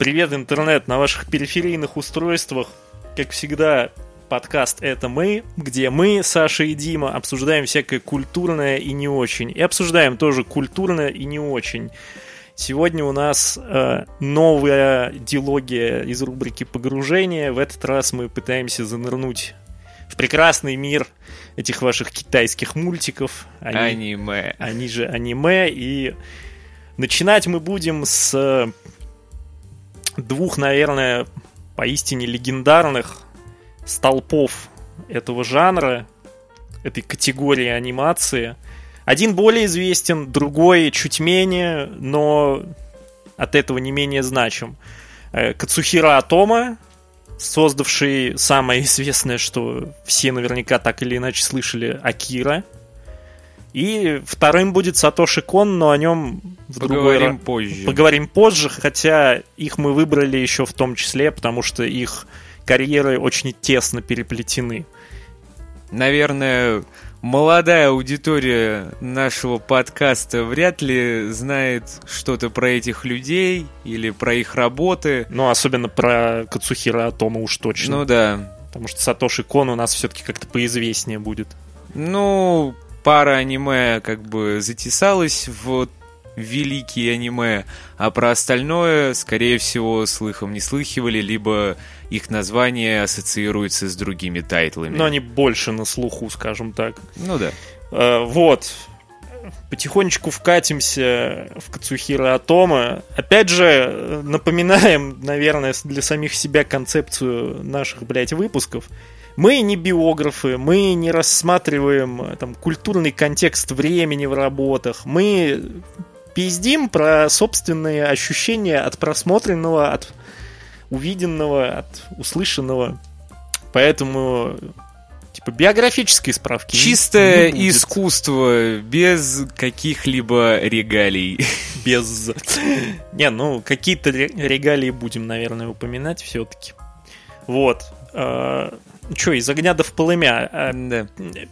Привет, интернет, на ваших периферийных устройствах. Как всегда, подкаст «Это мы», где мы, Саша и Дима, обсуждаем всякое культурное и не очень. И обсуждаем тоже культурное и не очень. Сегодня у нас новая дилогия из рубрики «Погружение». В этот раз мы пытаемся занырнуть в прекрасный мир этих ваших китайских мультиков. Аниме. Они же аниме. И начинать мы будем с двух, наверное, поистине легендарных столпов этого жанра, этой категории анимации. Один более известен, другой чуть менее, но от этого не менее значим. Кацухиро Отомо, создавший самое известное, что все наверняка так или иначе слышали, Акира. И вторым будет Сатоши Кон, но о нем поговорим позже, хотя их мы выбрали еще в том числе, потому что их карьеры очень тесно переплетены. Наверное, молодая аудитория нашего подкаста вряд ли знает что-то про этих людей или про их работы. Ну, особенно про Кацухиро Отомо уж точно. Ну да. Потому что Сатоши Кон у нас все-таки как-то поизвестнее будет. Ну, пара аниме как бы затесалась в великие аниме, а про остальное, скорее всего, слыхом не слыхивали, либо их название ассоциируется с другими тайтлами. Но они больше на слуху, скажем так. Ну да. Вот. Потихонечку вкатимся в Кацухиро Отомо. Опять же, напоминаем, наверное, для самих себя концепцию наших, выпусков. Мы не биографы, мы не рассматриваем там культурный контекст времени в работах. Мы пиздим про собственные ощущения от просмотренного, от увиденного, от услышанного. Поэтому, биографической справки чистое искусство, без каких-либо регалий. Без... какие-то регалии будем, наверное, упоминать все-таки. Вот. Из огня до в полымя. Да.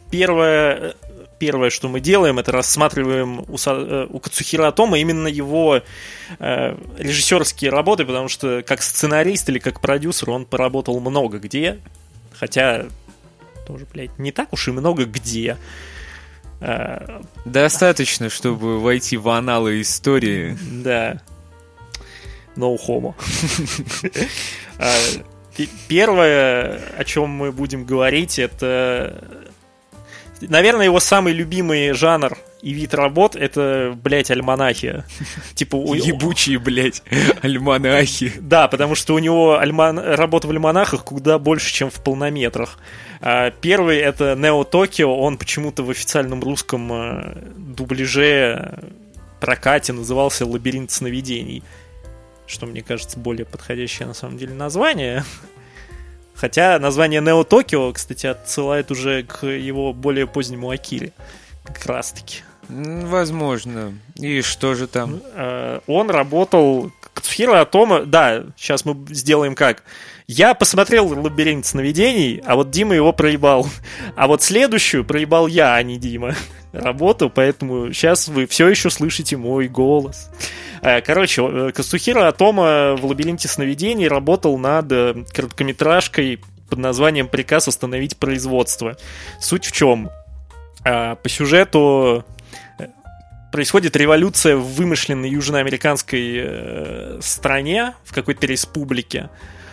Первое, что мы делаем, это рассматриваем у Кацухиро Отомо именно его режиссерские работы, потому что как сценарист или как продюсер он поработал много где, хотя тоже, не так уж и много где. Достаточно, чтобы войти в аналы истории. Да. No homo. Первое, о чем мы будем говорить, это, наверное, его самый любимый жанр и вид работ — это, альманахи. Ебучие, альманахи. Да, потому что у него работа в альманахах куда больше, чем в полнометрах. Первый — это Нео Токио, он почему-то в официальном русском дубляже прокате назывался «Лабиринт сновидений», что, мне кажется, более подходящее на самом деле название. Хотя название Нео Токио, кстати, отсылает уже к его более позднему Акире. Как раз таки. Возможно. И что же там? Он работал... Кацухиро Отомо... Да, сейчас мы сделаем как. Я посмотрел «Лабиринт сновидений», а вот Дима его проебал. А вот следующую проебал я, а не Дима. Работу, поэтому сейчас вы все еще слышите мой голос. Короче, Кацухиро Отомо в «Лабиринте сновидений» работал над короткометражкой под названием «Приказ остановить производство». Суть в чем? По сюжету происходит революция в вымышленной южноамериканской стране, в какой-то республике.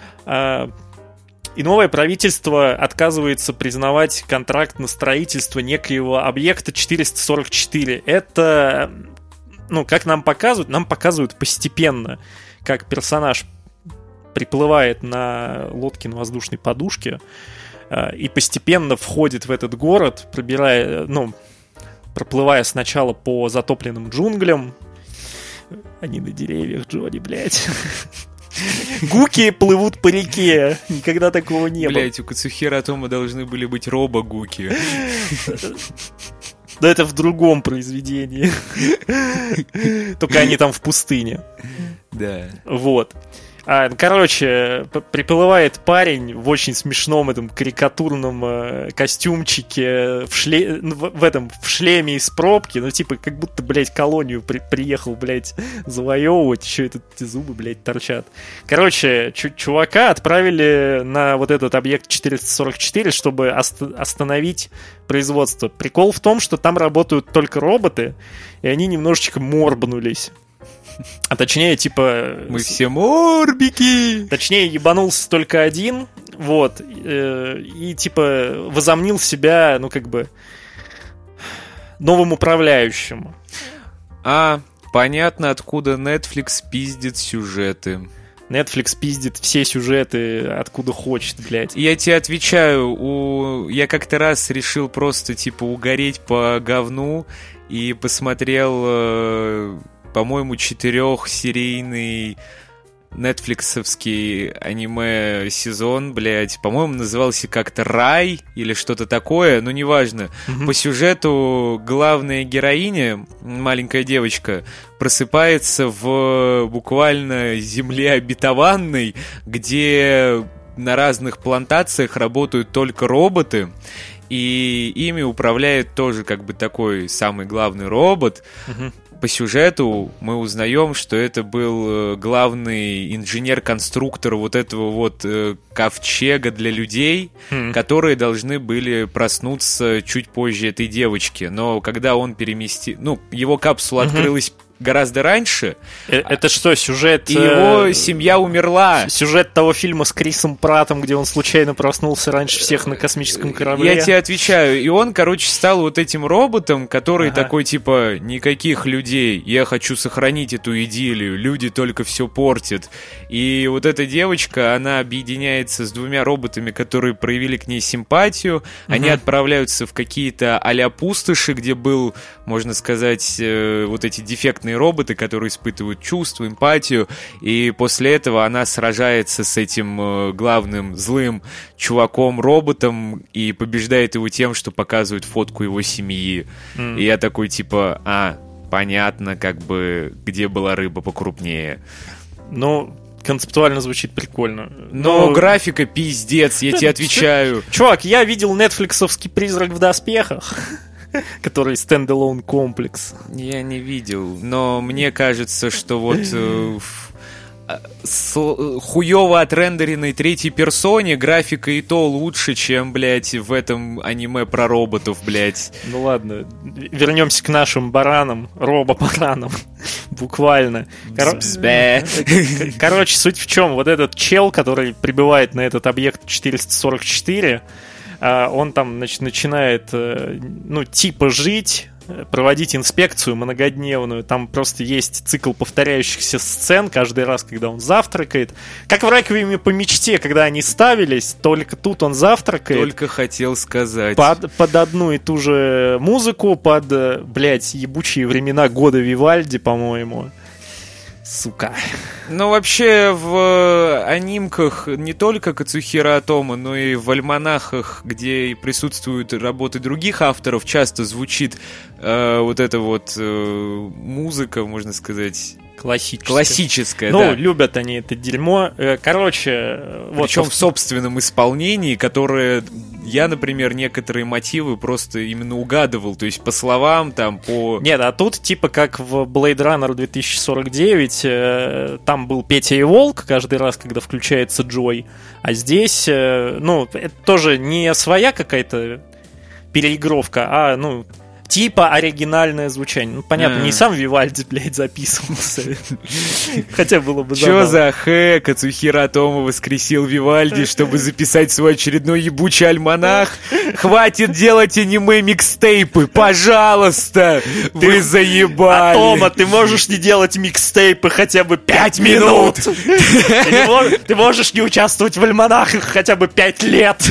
И новое правительство отказывается признавать контракт на строительство некоего объекта 444. Это, как нам показывают постепенно, как персонаж приплывает на лодке на воздушной подушке и постепенно входит в этот город, проплывая сначала по затопленным джунглям. Они на деревьях, Джонни, Гуки плывут по реке. Никогда такого не было. У Кацухиро Отомо должны были быть робо-гуки. Да это в другом произведении. Только они там в пустыне. Да. Вот. Короче, приплывает парень в очень смешном этом карикатурном костюмчике, в шлеме из пробки, ну, типа, как будто, блядь, колонию приехал, блядь, завоевывать, еще эти зубы, блядь, торчат. Короче, чувака отправили на вот этот объект 444, чтобы остановить производство. Прикол в том, что там работают только роботы, и они немножечко морбнулись. А точнее, типа... Мы все морбики! Точнее, ебанулся только один, вот, и, типа, возомнил себя, ну, как бы, новым управляющим. Понятно, откуда Netflix пиздит сюжеты. Netflix пиздит все сюжеты, откуда хочет, блядь. Я тебе отвечаю, я как-то раз решил просто, типа, угореть по говну и посмотрел... по-моему, 4-серийный нетфликсовский аниме-сезон, блядь. По-моему, назывался как-то «Рай» или что-то такое, но неважно. По сюжету главная героиня, маленькая девочка, просыпается в буквально земле обетованной, где на разных плантациях работают только роботы, и ими управляет тоже как бы такой самый главный робот. По сюжету мы узнаем, что это был главный инженер-конструктор вот этого вот ковчега для людей, которые должны были проснуться чуть позже этой девочки. Но когда он его капсула открылась гораздо раньше. Это что, сюжет... И его семья умерла. Сюжет того фильма с Крисом Праттом, где он случайно проснулся раньше всех на космическом корабле. Я тебе отвечаю. И он, короче, стал вот этим роботом, который такой, типа, никаких людей. Я хочу сохранить эту идиллию. Люди только все портят. И вот эта девочка, она объединяется с 2 роботами, которые проявили к ней симпатию. Они отправляются в какие-то а-ля пустоши, где был, можно сказать, вот эти дефектные роботы, которые испытывают чувства, эмпатию, и после этого она сражается с этим главным злым чуваком-роботом и побеждает его тем, что показывает фотку его семьи. И я такой, типа, понятно, как бы, где была рыба покрупнее. Ну, концептуально звучит прикольно. Но графика пиздец, я тебе отвечаю. Чувак, я видел нетфликсовский «Призрак в доспехах», который стендалон комплекс. Я не видел, но мне кажется, что вот хуёво отрендеренной третьей персоне графика и то лучше, чем, блядь, в этом аниме про роботов, блядь. Ну ладно, вернемся к нашим баранам, робо-баранам, буквально. Короче, суть в чем? Вот этот чел, который прибывает на этот объект 444, он там, значит, начинает, типа жить, проводить инспекцию многодневную. Там просто есть цикл повторяющихся сцен каждый раз, когда он завтракает. Как в «Реквиеме по мечте», когда они ставились, только тут он завтракает. Только хотел сказать. Под одну и ту же музыку, под, блядь, ебучие времена года Вивальди, по-моему. Сука. Ну, вообще, в анимках не только Кацухира Отомо, но и в альманахах, где присутствуют работы других авторов, часто звучит вот эта вот музыка, можно сказать... Классическая, ну, да. Любят они это дерьмо. Короче... Причем в собственном исполнении, которое... Я, например, некоторые мотивы просто именно угадывал. То есть по словам, там, по... Нет, а тут типа как в Blade Runner 2049, там был Петя и Волк каждый раз, когда включается Джой. А здесь, это тоже не своя какая-то переигровка, а, типа оригинальное звучание. Ну, понятно, не сам Вивальди, блядь, записывался. Хотя было бы забавно. Чё за хэ? Кацухира Отомо воскресил Вивальди, чтобы записать свой очередной ебучий альманах? Хватит делать аниме-микстейпы, пожалуйста! Вы заебали! Отомо, ты можешь не делать микстейпы хотя бы 5 минут! Ты можешь не участвовать в альманахах хотя бы 5 лет!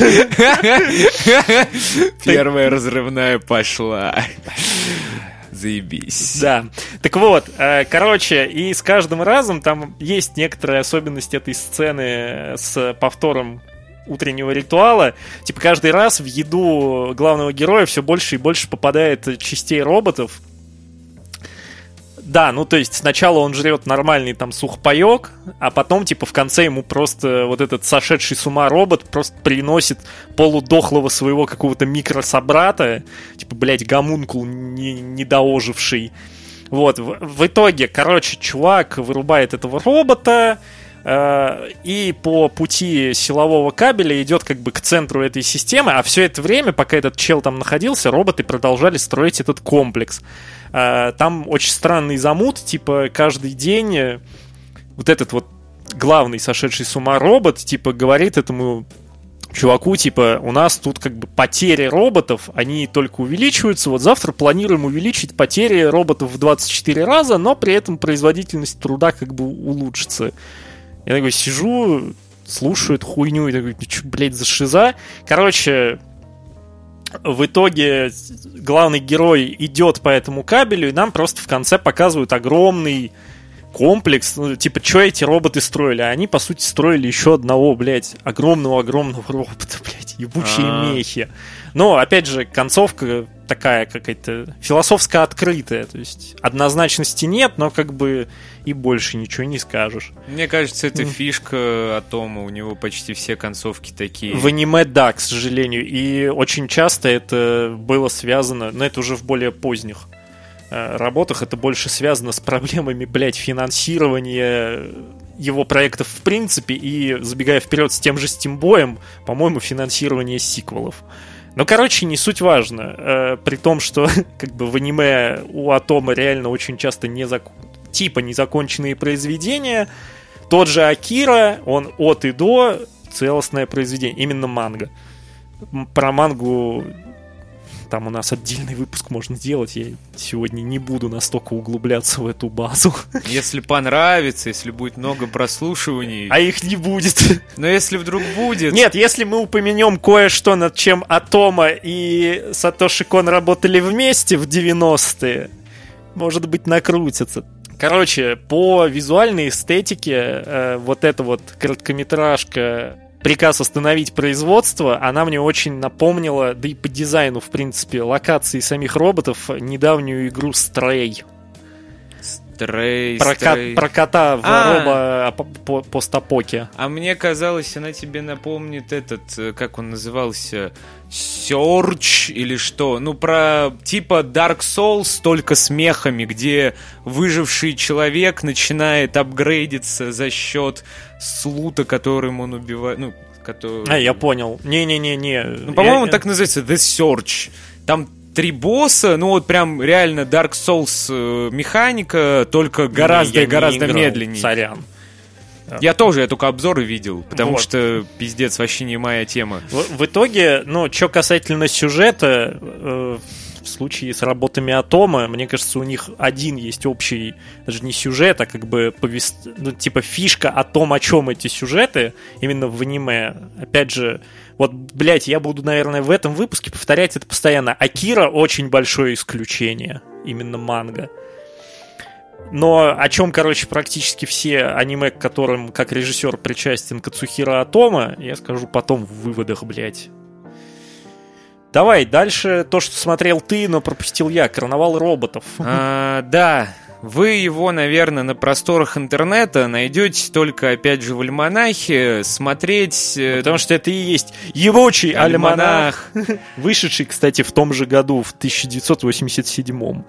Первая разрывная пошла. Заебись. Да. Так вот, короче, и с каждым разом там есть некоторая особенность этой сцены с повтором утреннего ритуала. Типа каждый раз в еду главного героя все больше и больше попадает частей роботов. Да, ну то есть сначала он жрет нормальный там сухпайок, а потом типа в конце ему просто вот этот сошедший с ума робот просто приносит полудохлого своего какого-то микрособрата, типа, блядь, гомункул недооживший. Вот, в итоге, короче, чувак вырубает этого робота, и по пути силового кабеля идет как бы к центру этой системы, а все это время, пока этот чел там находился, роботы продолжали строить этот комплекс. Там очень странный замут, типа каждый день вот этот вот главный сошедший с ума робот, типа говорит этому чуваку, типа, у нас тут как бы потери роботов, они только увеличиваются, вот завтра планируем увеличить потери роботов в 24 раза, но при этом производительность труда как бы улучшится. Я такой сижу, слушаю эту хуйню и такой, ну что, блядь, за шиза? Короче, в итоге главный герой идет по этому кабелю, и нам просто в конце показывают огромный комплекс. Ну, типа, что эти роботы строили? А они, по сути, строили еще одного, блядь, огромного-огромного робота, блядь, ебучие мехи. Но, опять же, концовка такая какая-то философско открытая. То есть, однозначности нет, но как бы и больше ничего не скажешь. Мне кажется, это фишка Атома. У него почти все концовки такие. В аниме, да, к сожалению. И очень часто это было связано, но это уже в более поздних работах, это больше связано с проблемами, блядь, финансирования его проектов в принципе, и, забегая вперед, с тем же Стимбоем, по-моему, финансирование сиквелов. Но, короче, не суть важно. При том, что как бы в аниме у Атома реально очень часто типа незаконченные произведения. Тот же Акира, он от и до целостное произведение. Именно манга. Про мангу там у нас отдельный выпуск можно делать. Я сегодня не буду настолько углубляться в эту базу. Если понравится, если будет много прослушиваний. А их не будет. Но если вдруг будет... Нет, если мы упомянем кое-что, над чем Атома и Сатоши Кон работали вместе в 90-е, может быть, накрутится. Короче, по визуальной эстетике вот эта вот короткометражка «Приказ остановить производство», она мне очень напомнила, да и по дизайну, в принципе, локации самих роботов, недавнюю игру Stray. Про кота в робо-постапоке. А мне казалось, она тебе напомнит этот, как он назывался, Search или что? Ну, про типа Dark Souls, только с мехами, где выживший человек начинает апгрейдиться за счет слута, которым он убивает. Ну, который... я понял. Не-не-не-не. Ну, по-моему, так называется The Search. Там 3 босса, ну вот прям реально Dark Souls механика, только гораздо медленнее. Сорян. Я только обзоры видел, потому что пиздец, вообще не моя тема. В итоге, ну, что касательно сюжета, в случае с работами Атома, мне кажется, у них один есть общий, даже не сюжет, а как бы ну, типа фишка о том, о чем эти сюжеты, именно в аниме. Опять же, вот, блять, я буду, наверное, в этом выпуске повторять это постоянно. Акира очень большое исключение, именно манга. Но о чем, короче, практически все аниме, к которым как режиссер причастен Кацухиро Атома, я скажу потом в выводах, блять. Давай, дальше то, что смотрел ты, но пропустил я. «Карнавал роботов». Да, вы его, наверное, на просторах интернета найдете только, опять же, в альманахе. Смотреть... Потому что это и есть ебучий альманах. Вышедший, кстати, в том же году, в 1987-м.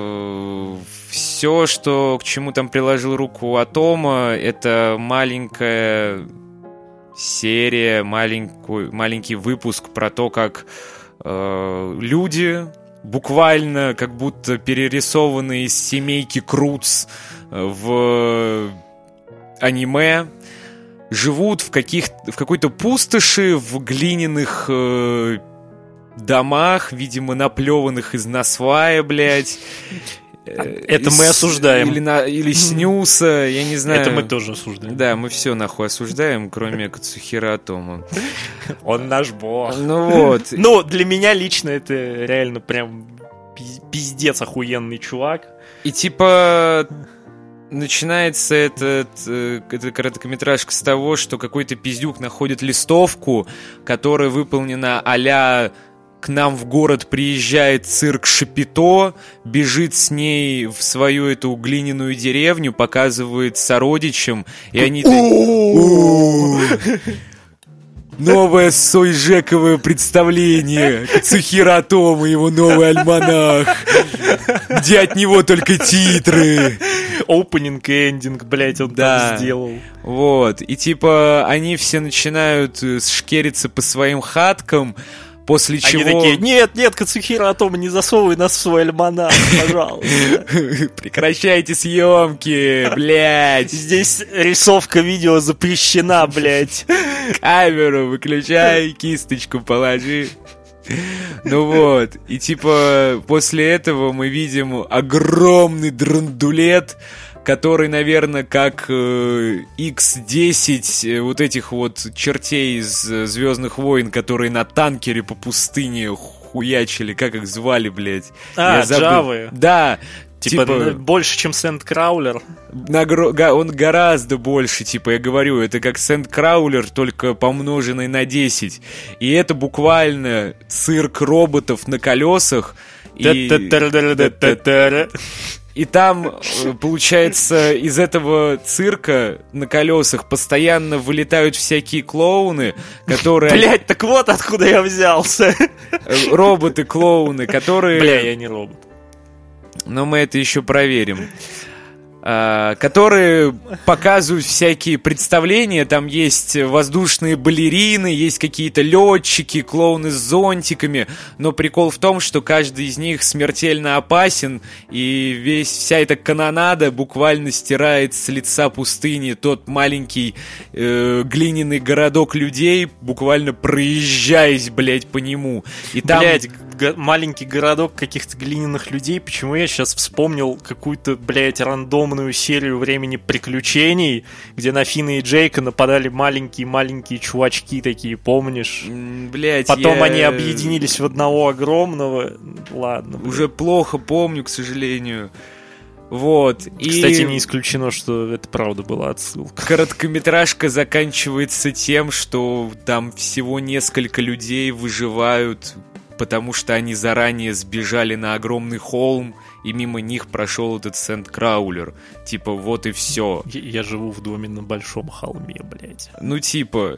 Все, что к чему там приложил руку Атома, это маленькая серия, маленький выпуск про то, как люди, буквально как будто перерисованные из семейки Круц в аниме, живут в какой-то пустоши, в глиняных домах, видимо, наплеванных из насвая, блядь. Это мы осуждаем. Или снюса, я не знаю. Это мы тоже осуждаем. Да, мы все нахуй осуждаем, кроме Кацухиро Атома. Он наш бог. Ну вот. Ну, для меня лично это реально прям пиздец охуенный чувак. И типа... Начинается эта короткометражка с того, что какой-то пиздюк находит листовку, которая выполнена а-ля к нам в город приезжает цирк Шапито, бежит с ней в свою эту глиняную деревню, показывает сородичам, и они... Новое Сойжековое представление Кацухира Отомо, его новый альманах, где от него только титры. Опенинг и эндинг, блять, он там сделал. Вот, и типа они все начинают шкериться по своим хаткам, после чего... Они такие: нет, Кацухира Отомо, не засовывай нас в свой альманах, пожалуйста. Прекращайте съемки, блять. Здесь рисовка видео запрещена, блять. Камеру выключай, кисточку положи. Ну вот, и типа после этого мы видим огромный драндулет, который, наверное, как X-10 вот этих вот чертей из «Звездных войн», которые на танкере по пустыне хуячили, как их звали, блядь? Джавы. Да. Типа больше, чем Сэндкраулер. Он гораздо больше, типа, я говорю, это как Сэндкраулер, только помноженный на 10. И это буквально цирк роботов на колесах. И там, получается, из этого цирка на колесах постоянно вылетают всякие клоуны, которые... Блять, так вот откуда я взялся. Роботы-клоуны, которые... Бля, я не робот. Но мы это еще проверим. Которые показывают всякие представления. Там есть воздушные балерины, есть какие-то летчики, клоуны с зонтиками. Но прикол в том, что каждый из них смертельно опасен, и вся эта канонада буквально стирает с лица пустыни тот маленький глиняный городок людей, буквально проезжаясь, блядь, по нему. И там... Блядь, маленький городок каких-то глиняных людей. Почему я сейчас вспомнил какую-то, блядь, рандомную серию «Времени приключений», где на Финна и Джейка нападали маленькие чувачки такие, помнишь? Блядь, потом они объединились в одного огромного. Ладно. Блядь. Уже плохо помню, к сожалению. Вот. Кстати, не исключено, что это правда была отсылка. Короткометражка заканчивается тем, что там всего несколько людей выживают, потому что они заранее сбежали на огромный холм, и мимо них прошел этот Сэндкраулер. Типа, вот и все. Я живу в доме на большом холме, блядь. Ну, типа,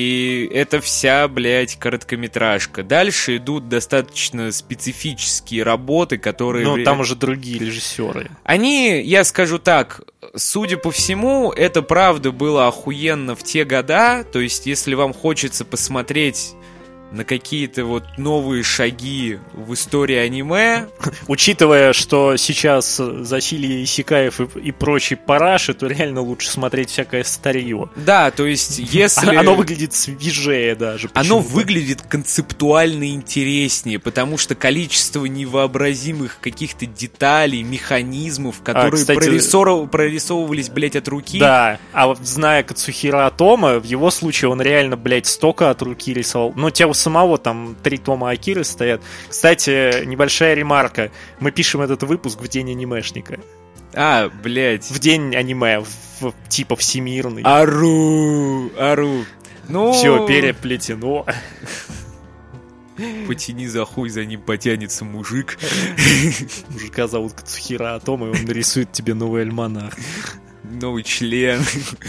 и это вся, блядь, короткометражка. Дальше идут достаточно специфические работы, которые... Ну, там уже другие режиссеры. Они, я скажу так, судя по всему, это правда было охуенно в те года. То есть, если вам хочется посмотреть на какие-то вот новые шаги в истории аниме. Учитывая, что сейчас Засилье Исекаев и прочий параши, то реально лучше смотреть всякое старье. Да, то есть если... Оно выглядит свежее даже. Оно выглядит концептуально интереснее, потому что количество невообразимых каких-то деталей, механизмов, которые прорисовывались, блядь, от руки. Да, а вот зная Кацухира Отомо, в его случае он реально, блядь, столько от руки рисовал. Но тебя самого там 3 тома Акиры стоят. Кстати, небольшая ремарка. Мы пишем этот выпуск в день анимешника. А, блядь. В день аниме, типа всемирный. Ару. Ну... Все переплетено. Потяни за хуй, за ним потянется мужик. Мужика зовут Кацухира Отомо, и он нарисует тебе новый альманах. Новый член.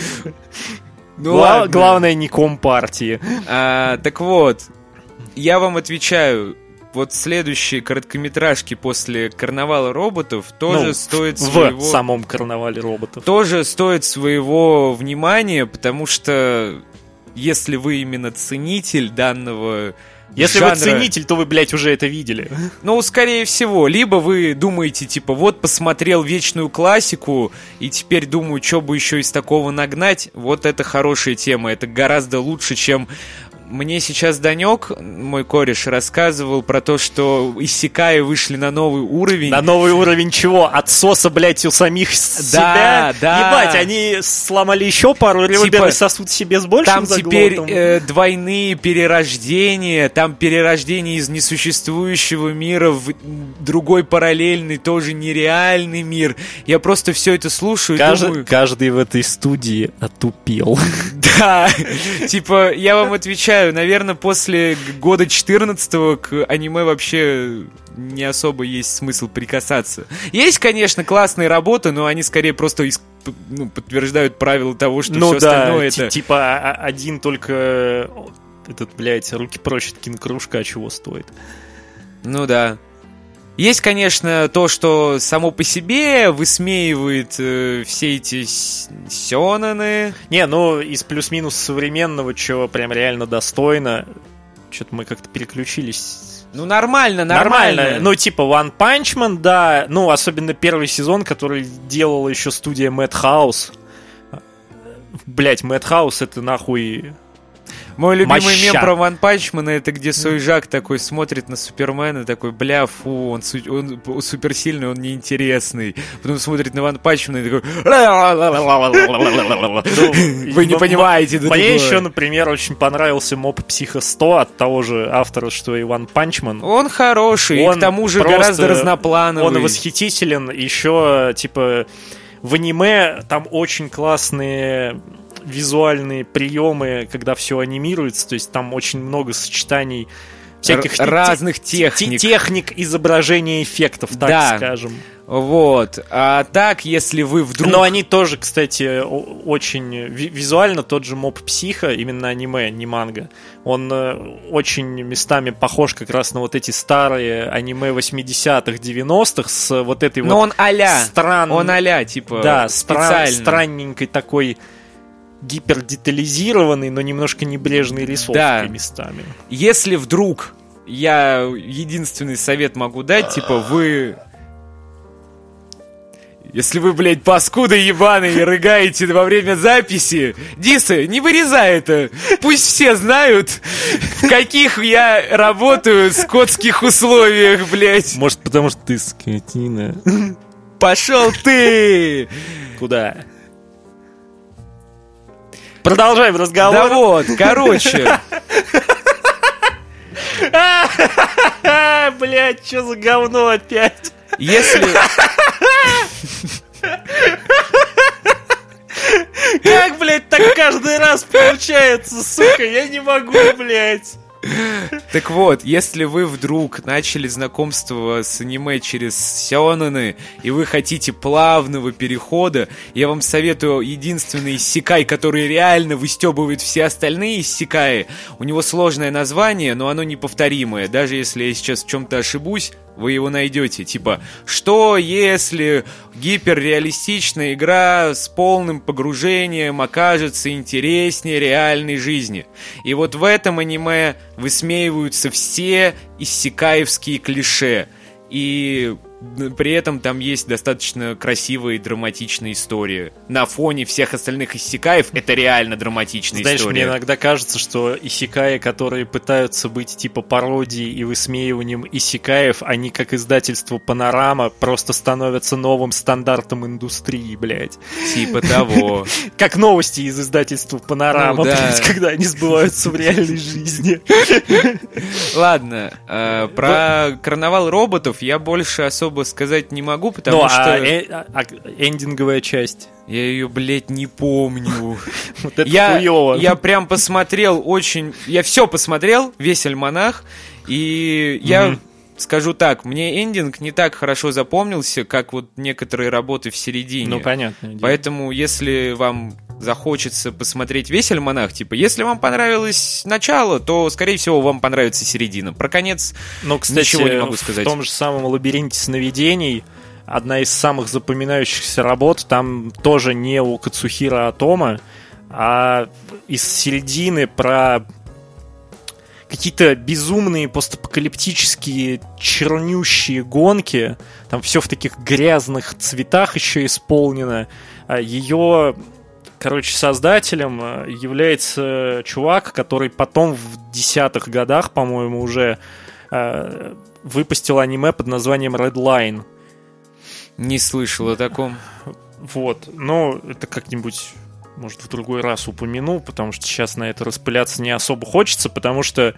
Главное, не компартии. Так вот, я вам отвечаю, вот следующие короткометражки после «Карнавала роботов» тоже стоят своего... В самом «Карнавале роботов». Тоже стоят своего внимания, потому что если вы именно ценитель данного Если жанра... вы ценитель, то вы, блядь, уже это видели. Ну, скорее всего. Либо вы думаете, типа, вот посмотрел вечную классику, и теперь думаю, что бы еще из такого нагнать. Вот это хорошая тема. Это гораздо лучше, чем... Мне сейчас Данек, мой кореш, рассказывал про то, что иссякаи вышли на новый уровень. На новый уровень чего? Отсоса, блядь, у самих себя? Да. Ебать, они сломали еще пару ребер и сосут себе с большим заглотом. Там теперь двойные перерождения, там перерождение из несуществующего мира в другой параллельный, тоже нереальный мир. Я просто все это слушаю и думаю... Каждый в этой студии отупел. Да, типа, я вам отвечаю, наверное, после года 14-го к аниме вообще не особо есть смысл прикасаться. Есть, конечно, классные работы, но они скорее просто подтверждают правила того, что все остальное это... типа один только этот, блядь, руки прочь от кинокружка, чего стоит. Ну да. Есть, конечно, то, что само по себе высмеивает все эти сёнэны. Не, ну из плюс-минус современного, чего прям реально достойно. Что-то мы как-то переключились. Ну, нормально. Ну, типа One Punch Man, да. Ну, особенно первый сезон, который делала еще студия Madhouse. Блять, Madhouse это нахуй... Мой любимый мем про One Punch Man — это где Сойжак такой смотрит на Супермена, такой, бля, фу, он суперсильный, он неинтересный. Потом смотрит на One Punch Man и такой... Вы не понимаете. Мне еще, например, очень понравился Mob Psycho 100 от того же автора, что и One Punch Man. Он хороший, и к тому же гораздо разноплановый. Он восхитителен. Еще, типа, в аниме там очень классные... визуальные приемы, когда все анимируется, то есть там очень много сочетаний всяких разных техник изображения эффектов, так скажем. Вот. А так, если вы вдруг... Но они тоже, кстати, очень визуально, тот же Mob Psycho, именно аниме, не манга, он очень местами похож как раз на вот эти старые аниме 80-х, 90-х с вот этой но вот... он а-ля, он а-ля, типа, да, специально. Странненькой такой гипердетализированный, но немножко небрежной рисовкой местами. Если вдруг я единственный совет могу дать, типа вы... Если вы, блядь, паскуды ебаные, рыгаете во время записи, Диса, не вырезай это. Пусть все знают, в каких я работаю в скотских условиях, блядь. Может, потому что ты скотина. Пошел ты! Куда? Продолжаем разговор. Да вот, короче. Блядь, что за говно опять? Если... Как, блядь, так каждый раз получается, сука? Я не могу, блядь. Так вот, если вы вдруг начали знакомство с аниме через сёнэны, и вы хотите плавного перехода, я вам советую единственный иссякай, который реально выстебывает все остальные иссякаи. У него сложное название, но оно неповторимое. Даже если я сейчас в чем-то ошибусь, вы его найдете. Типа, что если гиперреалистичная игра с полным погружением окажется интереснее реальной жизни? И вот в этом аниме высмеиваются все иссякаевские клише. И при этом там есть достаточно красивая и драматичная история. На фоне всех остальных иссякаев это реально драматичная история. Знаешь, мне иногда кажется, что иссякаи, которые пытаются быть типа пародией и высмеиванием иссякаев, они как издательство Панорама просто становятся новым стандартом индустрии, блядь. Типа того. Как новости из издательства Панорама, блядь, когда они сбываются в реальной жизни. Ладно, про карнавал роботов я больше особо сказать не могу, потому что... эндинговая часть. Я ее, блядь, не помню. Вот это хуёво. Я прям посмотрел очень... Я все посмотрел, весь альманах, и я скажу так, мне эндинг не так хорошо запомнился, как вот некоторые работы в середине. Ну, понятно. Поэтому, если вам захочется посмотреть весь альманах, типа, если вам понравилось начало, то, скорее всего, вам понравится середина. Про конец ничего не могу сказать. В том же самом «Лабиринте сновидений» одна из самых запоминающихся работ, там тоже не у Кацухиро Отомо, а из середины про какие-то безумные постапокалиптические чернющие гонки. Там все в таких грязных цветах еще исполнено. Ее... Короче, создателем является чувак, который потом в 10-х годах, по-моему, уже выпустил аниме под названием Red Line. Не слышал о таком. Вот. Но это как-нибудь, может, в другой раз упомяну, потому что сейчас на это распыляться не особо хочется, потому что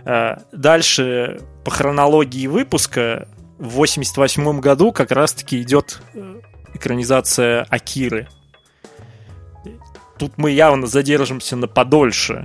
дальше по хронологии выпуска в 88-м году как раз-таки идет экранизация Акиры. тут мы явно задержимся на подольше.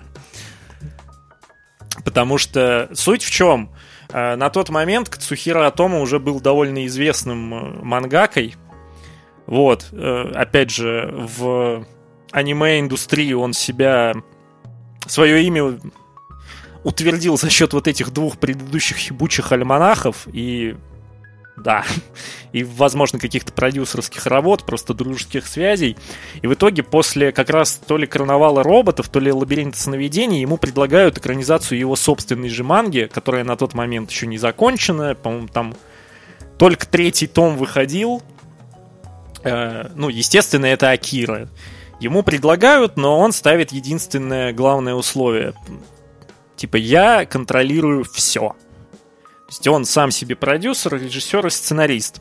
Потому что суть в чем? На тот момент Кацухиро Отомо уже был довольно известным мангакой. Вот, опять же, в аниме-индустрии он свое имя утвердил за счет вот этих 2 предыдущих ебучих альманахов и, да, и, возможно, каких-то продюсерских работ, просто дружеских связей. И в итоге после как раз то ли «Карнавала роботов», то ли «Лабиринта сновидений» ему предлагают экранизацию его собственной же манги, которая на тот момент еще не закончена. По-моему, там только 3-й том выходил. Ну, естественно, это Акира. Ему предлагают, но он ставит единственное главное условие. Типа, я контролирую все. То есть он сам себе продюсер, режиссер и сценарист.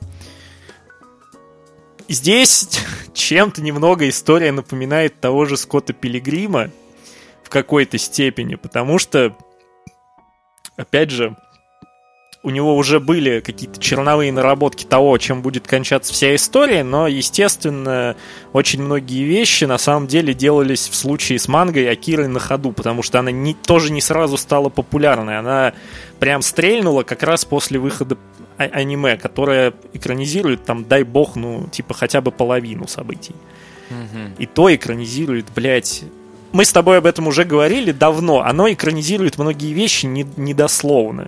Здесь чем-то немного история напоминает того же Скотта Пилигрима в какой-то степени, потому что, опять же, у него уже были какие-то черновые наработки того, чем будет кончаться вся история, но, естественно, очень многие вещи на самом деле делались в случае с мангой Акиры на ходу, потому что она тоже не сразу стала популярной. Она прям стрельнула как раз после выхода аниме, которое экранизирует, там, дай бог, ну, типа, хотя бы половину событий. И то экранизирует, блядь... Мы с тобой об этом уже говорили давно. Оно экранизирует многие вещи недословно.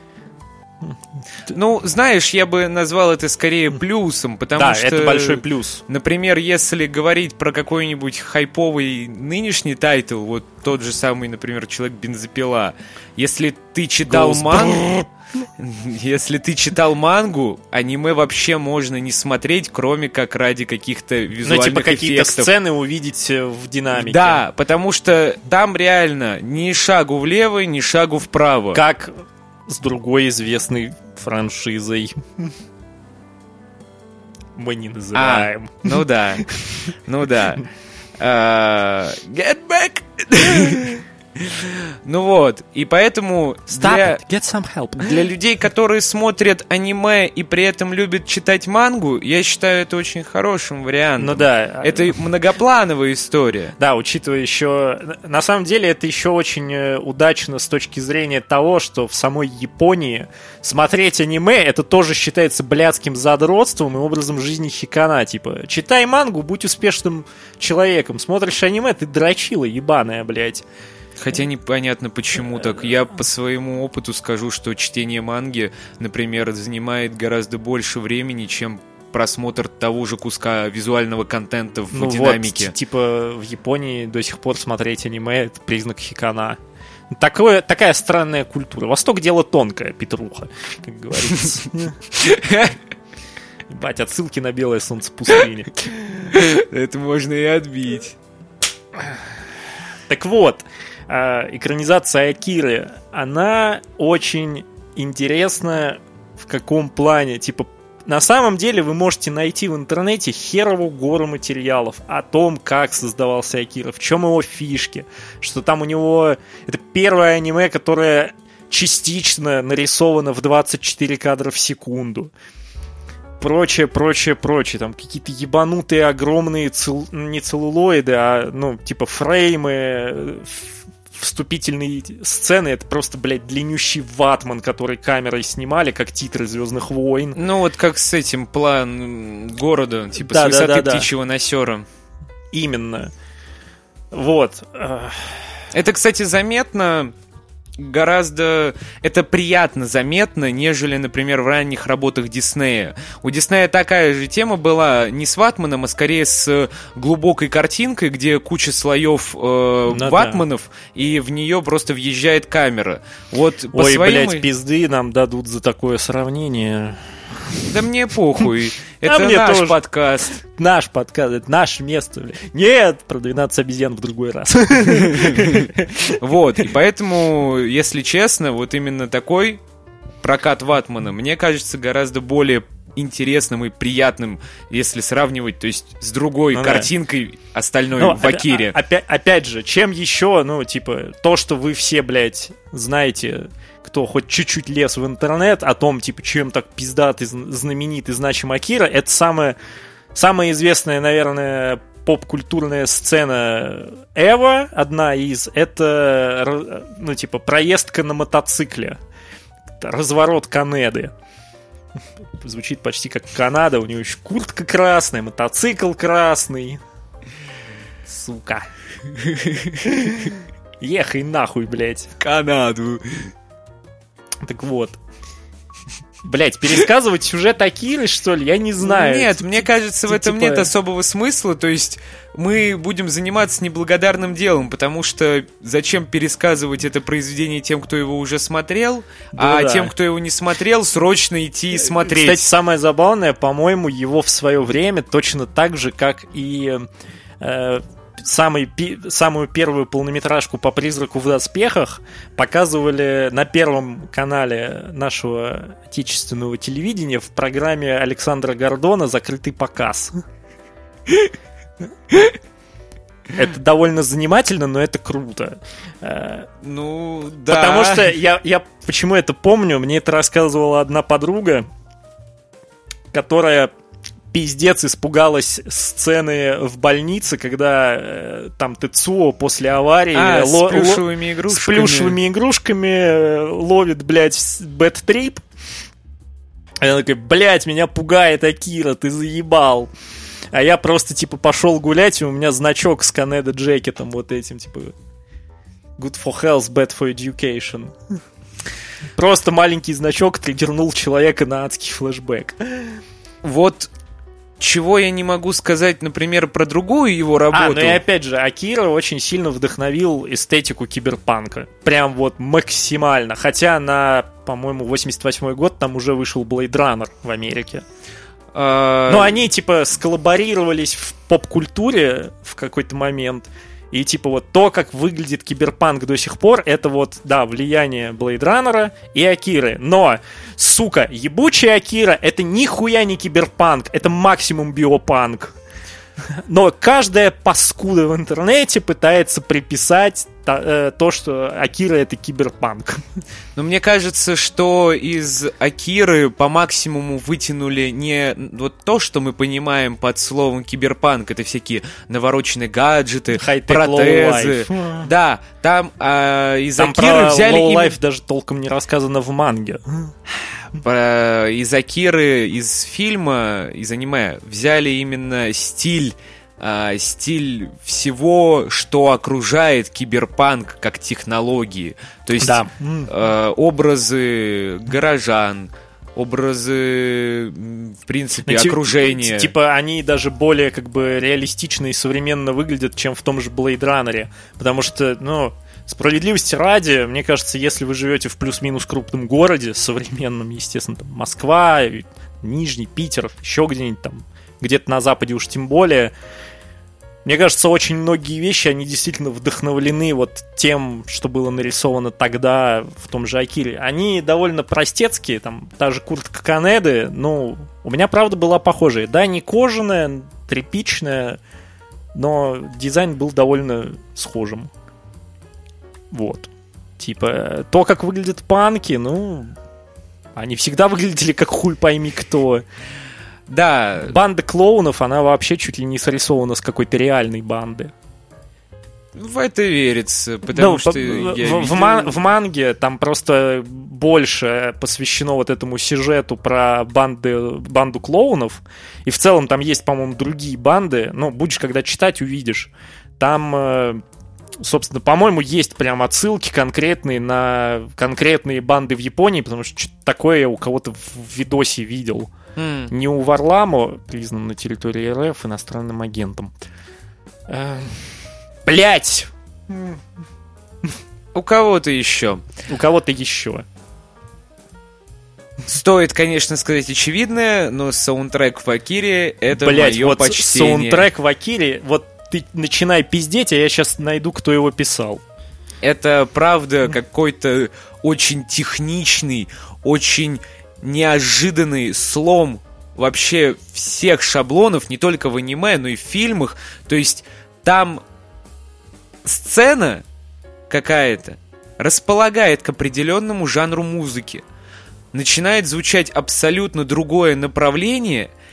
Ну, знаешь, я бы назвал это скорее плюсом, потому что... Да, это большой плюс. Например, если говорить про какой-нибудь хайповый нынешний тайтл, вот тот же самый, например, «Человек-бензопила», если ты читал мангу... Если ты читал мангу, аниме вообще можно не смотреть, кроме как ради каких-то визуальных эффектов. Ну, типа какие-то сцены увидеть в динамике. Да, потому что там реально ни шагу влево, ни шагу вправо. Как с другой известной франшизой. Мы не называем. Ну да. Get back! Ну вот, и поэтому Get some help. Для людей, которые смотрят аниме и при этом любят читать мангу, я считаю это очень хорошим вариантом. Ну да. Это многоплановая история. Да, учитывая еще... На самом деле это еще очень удачно с точки зрения того, что в самой Японии смотреть аниме это тоже считается блядским задротством и образом жизни хикана. Типа, читай мангу, будь успешным человеком. Смотришь аниме, ты дрочила ебаная, блядь. Хотя непонятно почему так. Я по своему опыту скажу, что чтение манги, например, занимает гораздо больше времени, чем просмотр того же куска визуального контента в динамике. Вот, типа в Японии до сих пор смотреть аниме — это признак хикана. Такая странная культура. Восток — дело тонкое, Петруха, как говорится. Ебать, отсылки на белое солнце пустыни. Это можно и отбить. Так вот, экранизация Акиры, она очень интересна в каком плане. Типа, на самом деле вы можете найти в интернете херову гору материалов о том, как создавался Акира, в чем его фишки, что там у него... Это первое аниме, которое частично нарисовано в 24 кадра в секунду. Прочее. Там какие-то ебанутые огромные не целлулоиды, а, ну, типа фреймы, вступительные сцены. Это просто, блядь, длиннющий ватман, который камерой снимали, как титры «Звездных войн». Ну, вот как с этим план города, типа с высоты птичьего насера. Именно. Вот. Это, кстати, заметно... Гораздо это приятно заметно, нежели, например, в ранних работах Диснея. У Диснея такая же тема была не с ватманом, а скорее с глубокой картинкой, где куча слоев ватманов, и в нее просто въезжает камера. Вот по блядь, пизды нам дадут за такое сравнение. Да мне похуй. Это наш тоже подкаст. Наш подкаст, это наше место. Нет, про 12 обезьян в другой раз. Вот, и поэтому, если честно, вот именно такой прокат ватмана, мне кажется, гораздо более интересным и приятным, если сравнивать, то есть с другой картинкой остальной в Акире. Опять же, чем еще, ну, типа, то, что вы все, блядь, знаете... кто хоть чуть-чуть лез в интернет о том, типа, чем так пиздатый, знаменитый, значим Акира, это самая известная, наверное, поп-культурная сцена Эва, одна из, это, ну, типа, проездка на мотоцикле. Разворот Канады. Звучит почти как Канада. У него еще куртка красная, мотоцикл красный. Сука. Ехай нахуй, блядь. В Канаду. Так вот. Блять, пересказывать сюжет Акиры, что ли? Я не знаю. Нет, мне кажется, в этом типа... нет особого смысла. То есть мы будем заниматься неблагодарным делом, потому что зачем пересказывать это произведение тем, кто его уже смотрел, да, тем, кто его не смотрел, срочно идти и смотреть. Кстати, самое забавное, по-моему, его в свое время точно так же, как и... самую первую полнометражку по «Призраку в доспехах» показывали на Первом канале нашего отечественного телевидения в программе Александра Гордона «Закрытый показ». Это довольно занимательно, но это круто. Ну, да. Потому что я почему это помню, мне это рассказывала одна подруга, которая... пиздец испугалась сцены в больнице, когда там Тецуо после аварии с плюшевыми игрушками. С плюшевыми игрушками ловит, блядь, бэт-трип. Она такая, блядь, меня пугает Акира, ты заебал. А я просто, типа, пошел гулять, и у меня значок с Канеда Джекетом вот этим, типа, good for health, bad for education. Просто маленький значок триггернул человека на адский флешбэк. Вот чего я не могу сказать, например, про другую его работу. Ну и опять же, Акира очень сильно вдохновил эстетику киберпанка. Прям вот максимально. Хотя на, по-моему, 88-й год там уже вышел Blade Runner в Америке. Но они, типа, сколлаборировались в поп-культуре в какой-то момент. И, типа, вот то, как выглядит киберпанк до сих пор, это вот, да, влияние Blade Runner и Акиры. Но, сука, ебучая Акира — это нихуя не киберпанк, это максимум биопанк. Но каждая паскуда в интернете пытается приписать то, что Акира — это киберпанк. Но мне кажется, что из Акиры по максимуму вытянули не вот то, что мы понимаем под словом киберпанк, это всякие навороченные гаджеты, протезы. Да, там из там Акиры взяли... Low Life даже толком не рассказано в манге. Из Акиры, из фильма, из аниме взяли именно стиль всего, что окружает киберпанк как технологии. То есть образы горожан, образы, в принципе, окружения. Типа они даже более как бы реалистично и современно выглядят, чем в том же Blade Runner. Потому что, справедливости ради, мне кажется, если вы живете в плюс-минус крупном городе, современном, естественно, там, Москва, Нижний, Питер, еще где-нибудь там, где-то на Западе уж тем более, мне кажется, очень многие вещи, они действительно вдохновлены вот тем, что было нарисовано тогда в том же Акире. Они довольно простецкие, там, та же куртка Канеды, у меня, правда, была похожая. Да, не кожаная, тряпичная, но дизайн был довольно схожим. Вот. Типа, то, как выглядят панки, они всегда выглядели как хуй пойми кто. Да. Банда клоунов, она вообще чуть ли не срисована с какой-то реальной банды. В это верится, потому что в манге там просто больше посвящено вот этому сюжету про банду клоунов. И в целом там есть, по-моему, другие банды. Будешь когда читать, увидишь. Там... Собственно, по-моему, есть прям отсылки конкретные на конкретные банды в Японии, потому что что-то такое я у кого-то в видосе видел. Не у Варламо, признан на территории РФ иностранным агентом. Блять! У кого-то еще. У кого-то еще. Стоит, конечно, сказать очевидное, но саундтрек в Акире — это мое почтение. Саундтрек в Акире, ты начинай пиздеть, а я сейчас найду, кто его писал. Это, правда, какой-то очень техничный, очень неожиданный слом вообще всех шаблонов, не только в аниме, но и в фильмах. То есть там сцена какая-то располагает к определенному жанру музыки. Начинает звучать абсолютно другое направление,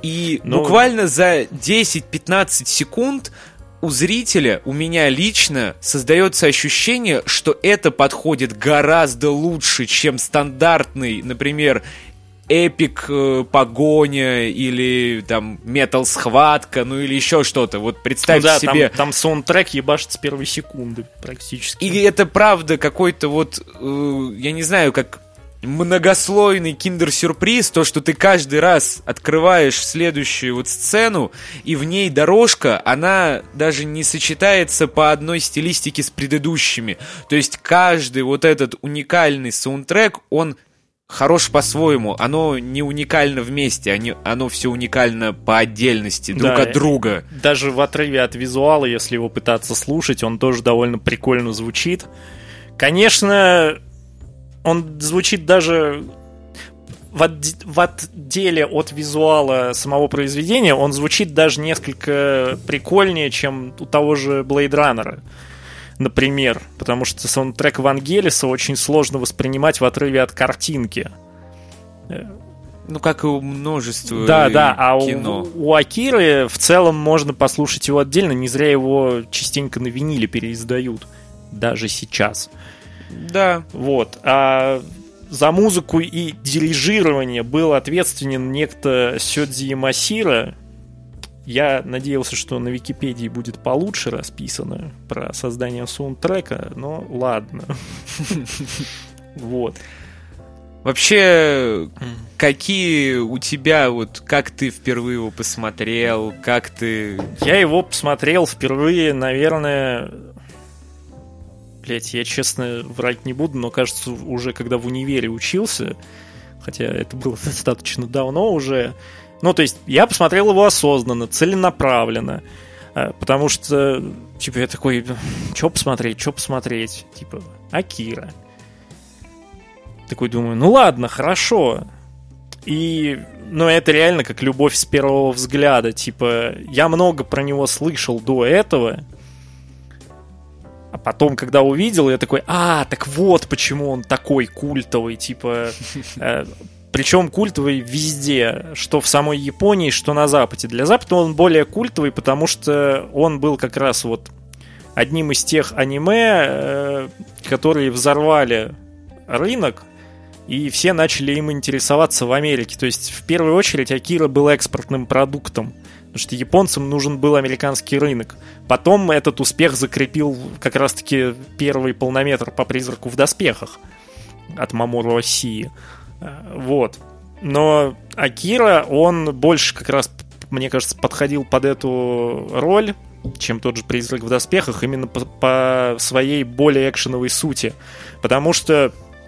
И буквально за 10-15 секунд у зрителя, у меня лично, создается ощущение, что это подходит гораздо лучше, чем стандартный, например, эпик погоня или там метал схватка, ну или еще что-то. Вот представьте себе. Там саундтрек ебашит с первой секунды практически. И это правда какой-то вот, я не знаю, как многослойный киндер-сюрприз, то, что ты каждый раз открываешь следующую вот сцену, и в ней дорожка, она даже не сочетается по одной стилистике с предыдущими. То есть каждый вот этот уникальный саундтрек, он хорош по-своему, оно не уникально вместе, оно все уникально по отдельности, друг от друга. Даже в отрыве от визуала, если его пытаться слушать, он тоже довольно прикольно звучит. Конечно, он звучит даже в отделе от визуала самого произведения, он звучит даже несколько прикольнее, чем у того же Blade Runner, например, потому что саундтрек Вангелиса очень сложно воспринимать в отрыве от картинки. Ну, как и у множества кино. У Акиры в целом можно послушать его отдельно, не зря его частенько на виниле переиздают, даже сейчас. Да. Вот. А за музыку и дирижирование был ответственен некто Сёдзи Ямасира. Я надеялся, что на Википедии будет получше расписано про создание саундтрека, но ладно. Вот. Вообще, какие у тебя, вот как ты впервые его посмотрел, как ты... Я его посмотрел впервые, наверное... Блять, я честно врать не буду, но кажется, уже когда в универе учился, хотя это было достаточно давно уже. Ну, то есть, я посмотрел его осознанно, целенаправленно, потому что, типа, я такой, что посмотреть? Типа, Акира. Такой думаю, ну ладно, хорошо. И, ну, это реально как любовь с первого взгляда. Типа, я много про него слышал до этого, а потом, когда увидел, я такой, так вот почему он такой культовый, типа... Причем культовый везде, что в самой Японии, что на Западе. Для Запада он более культовый, потому что он был как раз вот одним из тех аниме, которые взорвали рынок, и все начали им интересоваться в Америке. То есть, в первую очередь, Акира был экспортным продуктом, потому что японцам нужен был американский рынок. Потом этот успех закрепил как раз-таки первый полнометр по «Призраку в доспехах» от Мамору Осии. Вот. Но Акира, он больше как раз, мне кажется, подходил под эту роль, чем тот же «Призрак в доспехах», именно по своей более экшеновой сути. Потому что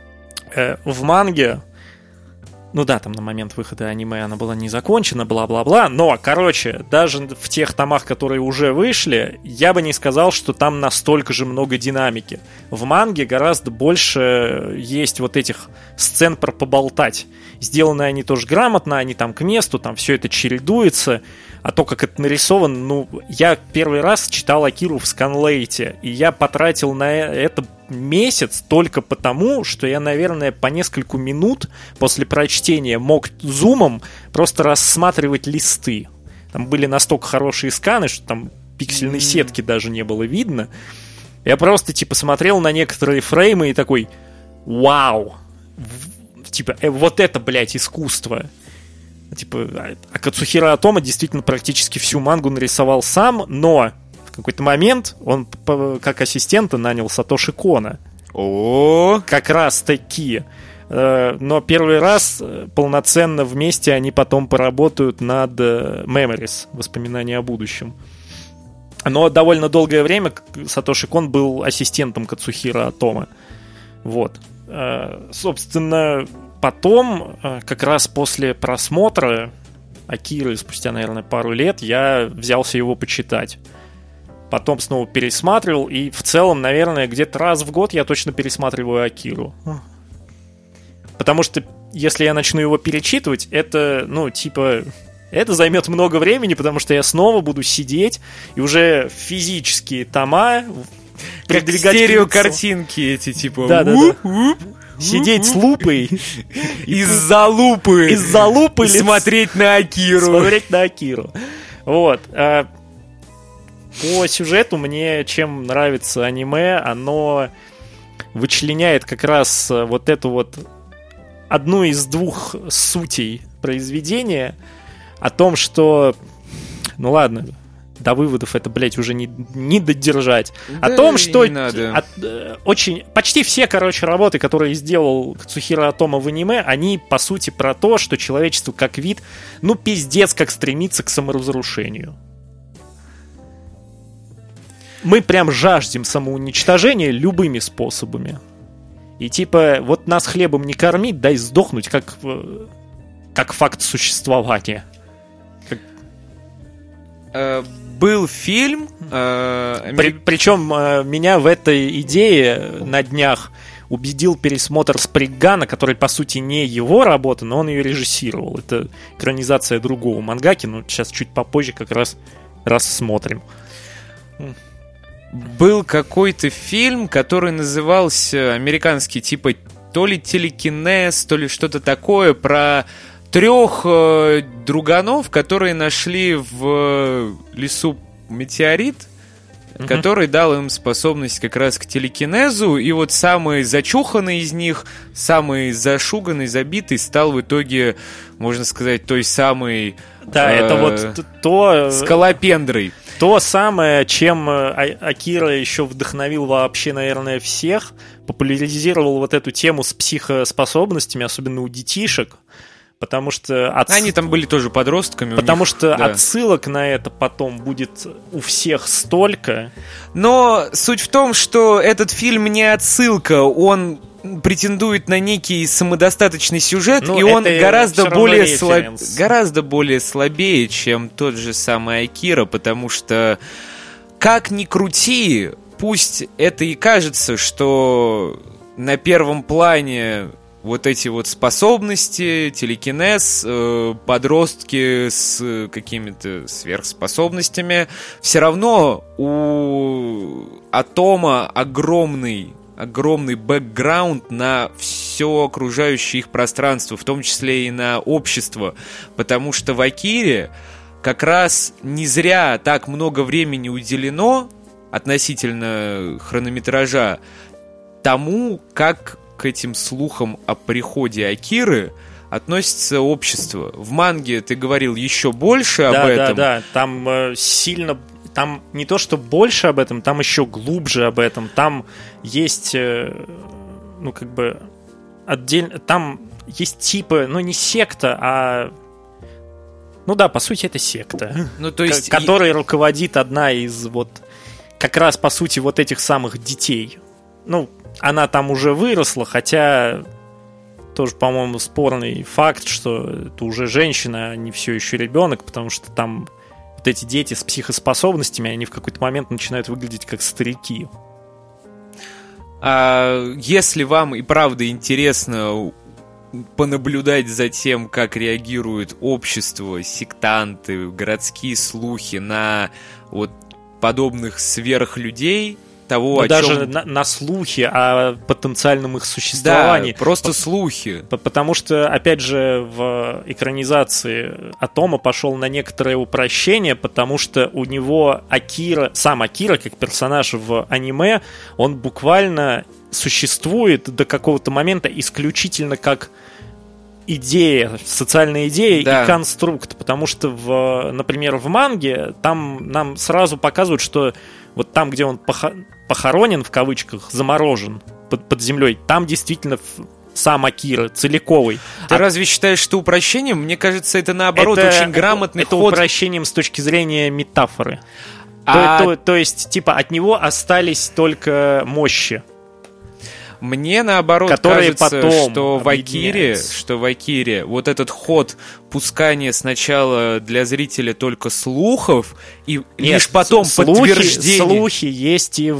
в манге, ну да, там на момент выхода аниме она была не закончена, бла-бла-бла, но, короче, даже в тех томах, которые уже вышли, я бы не сказал, что там настолько же много динамики. В манге гораздо больше есть вот этих сцен про поболтать. Сделаны они тоже грамотно, они там к месту, там все это чередуется. А то, как это нарисовано, ну, я первый раз читал Акиру в сканлейте, и я потратил на это месяц только потому, что я, наверное, по несколько минут после прочтения мог зумом просто рассматривать листы. Там были настолько хорошие сканы, что там пиксельной сетки даже не было видно. Я просто, типа, смотрел на некоторые фреймы и такой, вау! Типа, вот это, блядь, искусство. Типа, Кацухира Отома действительно практически всю мангу нарисовал сам, но в какой-то момент он как ассистента нанял Сатоши Кона. Как раз таки. Но первый раз полноценно вместе они потом поработают над Memories, воспоминания о будущем. Но довольно долгое время Сатоши Кон был ассистентом Кацухира Отома. Вот. Собственно, потом, как раз после просмотра Акиры, спустя, наверное, пару лет, я взялся его почитать. Потом снова пересматривал, и в целом, наверное, где-то раз в год я точно пересматриваю Акиру. Потому что, если я начну его перечитывать, это, ну, типа... Это займет много времени, потому что я снова буду сидеть и уже физические тома... Как стереокартинки эти, типа... Да. сидеть с лупой из-за лупы смотреть на Акиру. Вот. По сюжету мне чем нравится аниме, оно вычленяет как раз вот эту вот одну из двух сутей произведения о том, что... Ну ладно, до выводов это, блядь, уже не додержать. Да, о том, что почти все, работы, которые сделал Кацухиро Отомо в аниме, они, по сути, про то, что человечество как вид, пиздец, как стремится к саморазрушению. Мы прям жаждем самоуничтожения любыми способами. И типа, вот нас хлебом не кормить, дай сдохнуть, как факт существования. Был фильм... Причем меня в этой идее на днях убедил пересмотр Сприггана, который, по сути, не его работа, но он ее режиссировал. Это экранизация другого мангаки, но сейчас чуть попозже как раз рассмотрим. Был какой-то фильм, который назывался американский, типа то ли телекинез, то ли что-то такое, про 3 друганов, которые нашли в лесу метеорит, который дал им способность как раз к телекинезу, и вот самый зачуханный из них, самый зашуганный, забитый, стал в итоге, можно сказать, той самой... Да, это вот то... Скалопендрой. То самое, чем Акира еще вдохновил вообще, наверное, всех, популяризировал вот эту тему с психоспособностями, особенно у детишек, потому что... Они там были тоже подростками. Потому что отсылок на это потом будет у всех столько. Но суть в том, что этот фильм не отсылка, он претендует на некий самодостаточный сюжет, и он гораздо более слабее, чем тот же самый Акира, потому что, как ни крути, пусть это и кажется, что на первом плане вот эти вот способности, телекинез, подростки с какими-то сверхспособностями, все равно у Отомо огромный бэкграунд на все окружающее их пространство, в том числе и на общество, потому что в Акире как раз не зря так много времени уделено относительно хронометража тому, как к этим слухам о приходе Акиры относится общество. В манге ты говорил еще больше об этом. Да, там сильно... Там не то, что больше об этом, там еще глубже об этом. Там есть, отдельно... Там есть типы, не секта, а... по сути, это секта. То есть... Которой руководит одна из как раз, по сути, вот этих самых детей. Она там уже выросла, хотя... Тоже, по-моему, спорный факт, что это уже женщина, а не все еще ребенок, потому что там... эти дети с психоспособностями, они в какой-то момент начинают выглядеть как старики. Если вам и правда интересно понаблюдать за тем, как реагирует общество, сектанты, городские слухи на подобных сверхлюдей, того, о даже чем... на слухи о потенциальном их существовании. Да, просто слухи. Потому что, опять же, в экранизации Отомо пошел на некоторое упрощение, потому что у него сам Акира, как персонаж в аниме, он буквально существует до какого-то момента исключительно как идея, социальная идея и конструкт. Потому что, например, в манге там нам сразу показывают, что вот там, где он похоронен, в кавычках, заморожен под землей, там действительно сам Акира целиковый. Ты разве считаешь, что упрощением? Мне кажется, это наоборот очень грамотный ход. Это упрощением с точки зрения метафоры. То есть, типа, от него остались только мощи. Мне наоборот кажется, что в Акире вот этот ход пускания сначала для зрителя только слухов и лишь потом подтверждение. Слухи есть и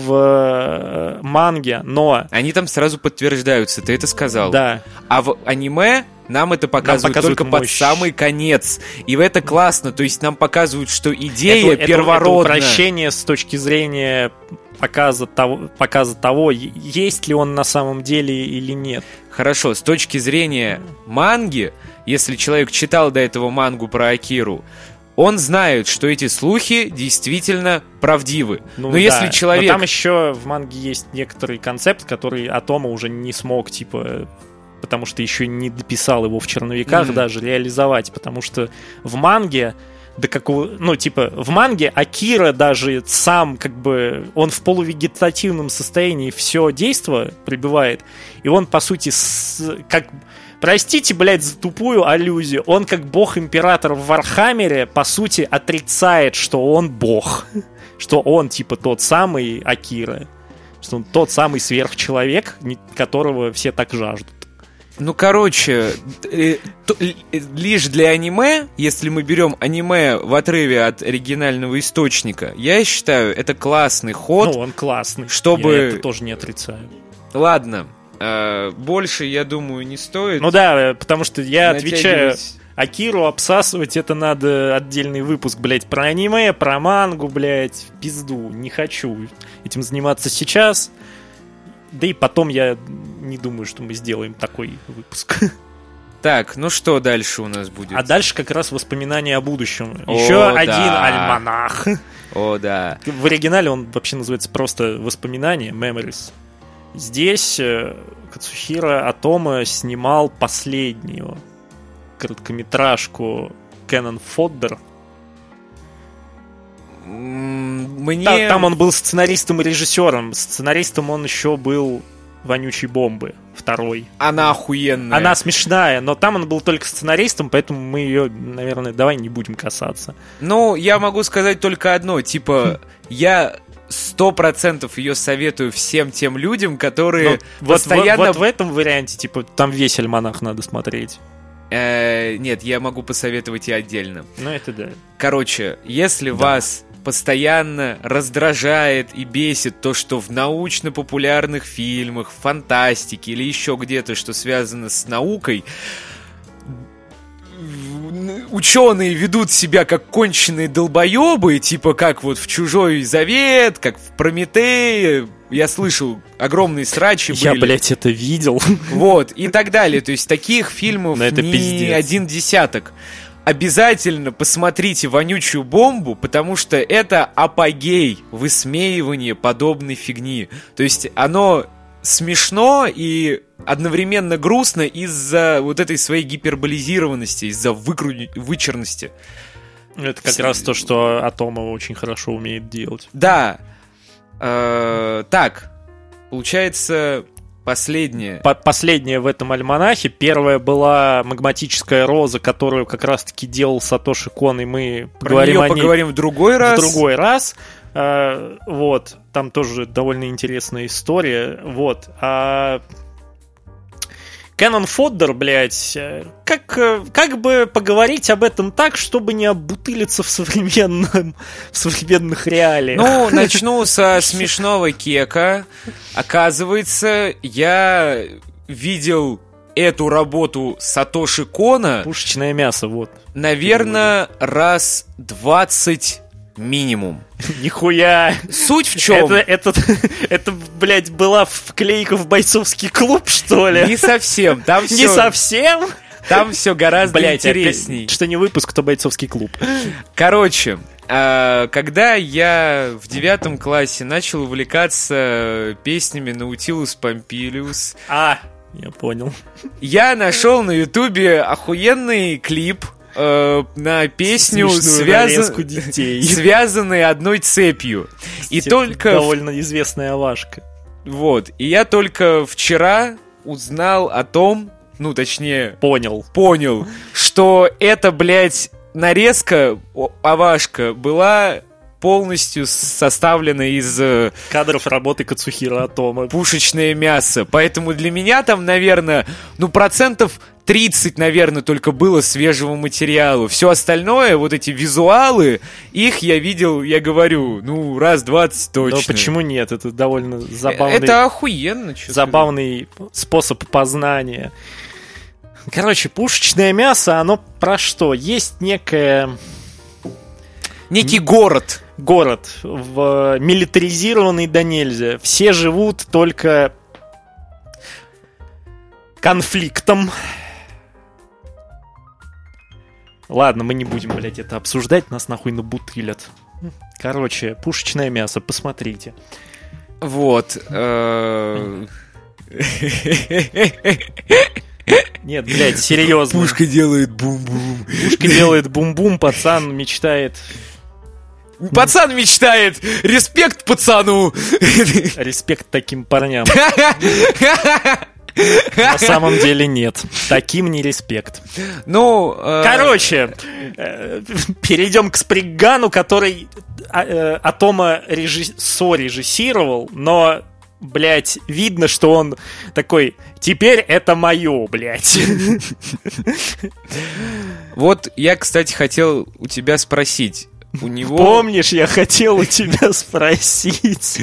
в манге, но... Они там сразу подтверждаются, ты это сказал. Да. А в аниме Нам это показывают только мощь. под самый конец. И это классно. То есть нам показывают, что идея первородная. Это упрощение с точки зрения показа того, есть ли он на самом деле или нет. Хорошо, с точки зрения манги, если человек читал до этого мангу про Акиру, он знает, что эти слухи действительно правдивы. Ну, но да. если человек... Но там еще в манге есть некоторый концепт, который Атома уже не смог, типа... Потому что еще не дописал его в черновиках даже реализовать. Потому что в манге... в манге Акира даже сам, как бы, он в полувегетативном состоянии все действо пребывает, и он, по сути, простите, блядь, за тупую аллюзию, он, как бог-император в Вархаммере, по сути, отрицает, что он бог, что он, типа, тот самый Акира, что он тот самый сверхчеловек, которого все так жаждут. Ну, короче, лишь для аниме, если мы берем аниме в отрыве от оригинального источника, я считаю, это классный ход. Ну, он классный, чтобы... я это тоже не отрицаю. Ладно, больше, я думаю, не стоит. Ну да, потому что я натягивать... отвечаю, Акиру обсасывать это надо отдельный выпуск, блядь, про аниме, про мангу, блядь, в пизду, не хочу этим заниматься сейчас. Да и потом я не думаю, что мы сделаем такой выпуск. Так, ну что дальше у нас будет? А дальше как раз воспоминания о будущем. Еще один альманах. О, да. В оригинале он вообще называется просто «Воспоминания», «Memories». Здесь Кацухира Атома снимал последнюю короткометражку «Cannon Fodder». Там он был сценаристом и режиссером. Сценаристом он еще был «Вонючей бомбы» второй. Она охуенная. Она смешная, но там он был только сценаристом, поэтому мы ее, наверное, давай не будем касаться. Ну, я могу сказать только одно. Типа, я 100% ее советую всем тем людям, которые постоянно... Вот в этом варианте, типа, там весь альманах надо смотреть. Нет, я могу посоветовать и отдельно. Ну, это да. Короче, если вас постоянно раздражает и бесит то, что в научно-популярных фильмах, в фантастике или еще где-то, что связано с наукой, ученые ведут себя как конченые долбоебы, типа как вот в «Чужой завет», как в «Прометее», я слышал, огромные срачи были. Я, блядь, это видел. Вот, и так далее. То есть таких фильмов это не пиздец. один десяток. Обязательно посмотрите «Вонючую бомбу», потому что это апогей высмеивания подобной фигни. То есть оно смешно и одновременно грустно из-за вот этой своей гиперболизированности, из-за вычурности. Это как раз то, что Атома очень хорошо умеет делать. Да. Так, получается... Последняя в этом альманахе. Первая была «Магматическая роза», которую как раз-таки делал Сатоши Кон, и мы поговорим в другой раз. В другой раз. Вот. Там тоже довольно интересная история. Вот. Cannon Fodder, блядь, как бы поговорить об этом так, чтобы не оббутылиться в современных реалиях? Ну, начну со смешного кека. Оказывается, я видел эту работу Сатоши Кона... Пушечное мясо, вот. Наверное, раз 20 минимум. Нихуя! Суть в чем? Это, блядь, была вклейка в бойцовский клуб, что ли? Не совсем. Там все... Не совсем? Там все гораздо интересней. Опять, что не выпуск, то бойцовский клуб. Короче, когда я в 9 классе начал увлекаться песнями Наутилус Помпилиус... Я понял. Я нашел на Ютубе охуенный клип на песню, связанные одной цепью. И только... Довольно известная овашка. Вот. И я только вчера узнал о том, ну, точнее... Понял, что эта, блядь, нарезка, овашка, была полностью составлена из... кадров работы Кацухира Атома. Пушечное мясо. Поэтому для меня там, наверное, 30%, наверное, только было свежего материала. Все остальное, вот эти визуалы, их я видел, я говорю, раз 20 точно. Но почему нет? Это довольно забавный... Это охуенно. Забавный способ познания. Короче, пушечное мясо, оно про что? Есть некий город. Город, милитаризированный до нельзя. Все живут только конфликтом. Ладно, мы не будем, блядь, это обсуждать, нас нахуй набутылят. Короче, пушечное мясо, посмотрите. Вот. Нет, блядь, серьезно. Пушка делает бум-бум. Пушка делает бум-бум, пацан мечтает... Пацан мечтает! Респект пацану! Респект таким парням. На самом деле нет. Таким не респект. Ну, короче, перейдем к Сприггану, который Атома сорежиссировал, но, блядь, видно, что он такой: теперь это мое, блядь. Вот я, кстати, хотел у тебя спросить. У него... Помнишь, я хотел у тебя спросить.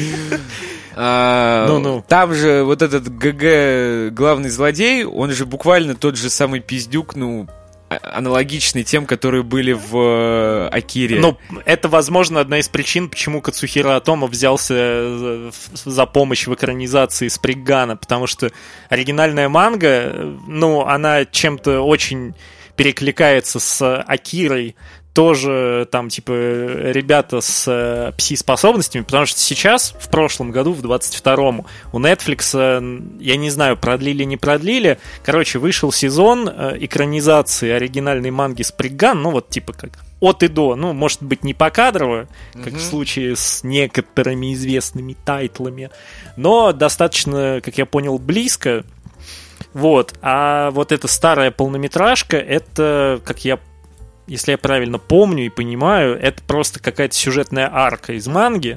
Там же вот этот ГГ, главный злодей, он же буквально тот же самый пиздюк, аналогичный тем, которые были в Акире. Ну, это, возможно, одна из причин, почему Кацухиро Атома взялся за помощь в экранизации Сприггана, потому что оригинальная манга, она чем-то очень перекликается с Акирой. Тоже там, типа, ребята с пси-способностями, потому что сейчас, в прошлом году, в 22-м, у Netflix, я не знаю, продлили, не продлили, короче, вышел сезон экранизации оригинальной манги Спригган, типа, как от и до, может быть, не покадрово, как в случае с некоторыми известными тайтлами, но достаточно, как я понял, близко, а вот эта старая полнометражка, это, если я правильно помню и понимаю, это просто какая-то сюжетная арка из манги,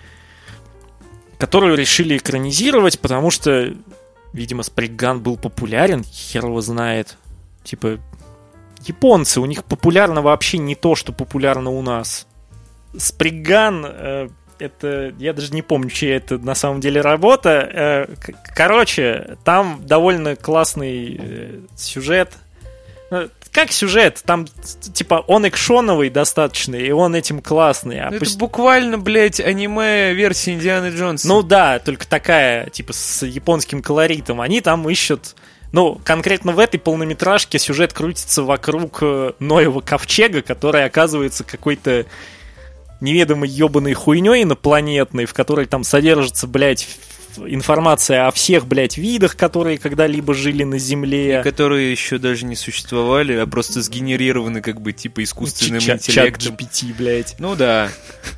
которую решили экранизировать, потому что, видимо, Спригган был популярен, хер его знает. Типа, японцы, у них популярно вообще не то, что популярно у нас. Спригган, это, я даже не помню, чья это на самом деле работа. Короче, там довольно классный сюжет. Как сюжет? Там, типа, он экшоновый достаточно, и он этим классный. Это буквально, блядь, аниме-версия Индианы Джонса. Ну да, только такая, типа, с японским колоритом. Они там ищут... конкретно в этой полнометражке сюжет крутится вокруг Ноева ковчега, который оказывается какой-то неведомой ебаной хуйней инопланетной, в которой там содержится, блядь, информация о всех, блядь, видах, которые когда-либо жили на Земле. И которые еще даже не существовали, а просто сгенерированы, типа, искусственным интеллектом. Чат GPT, блядь. Ну да.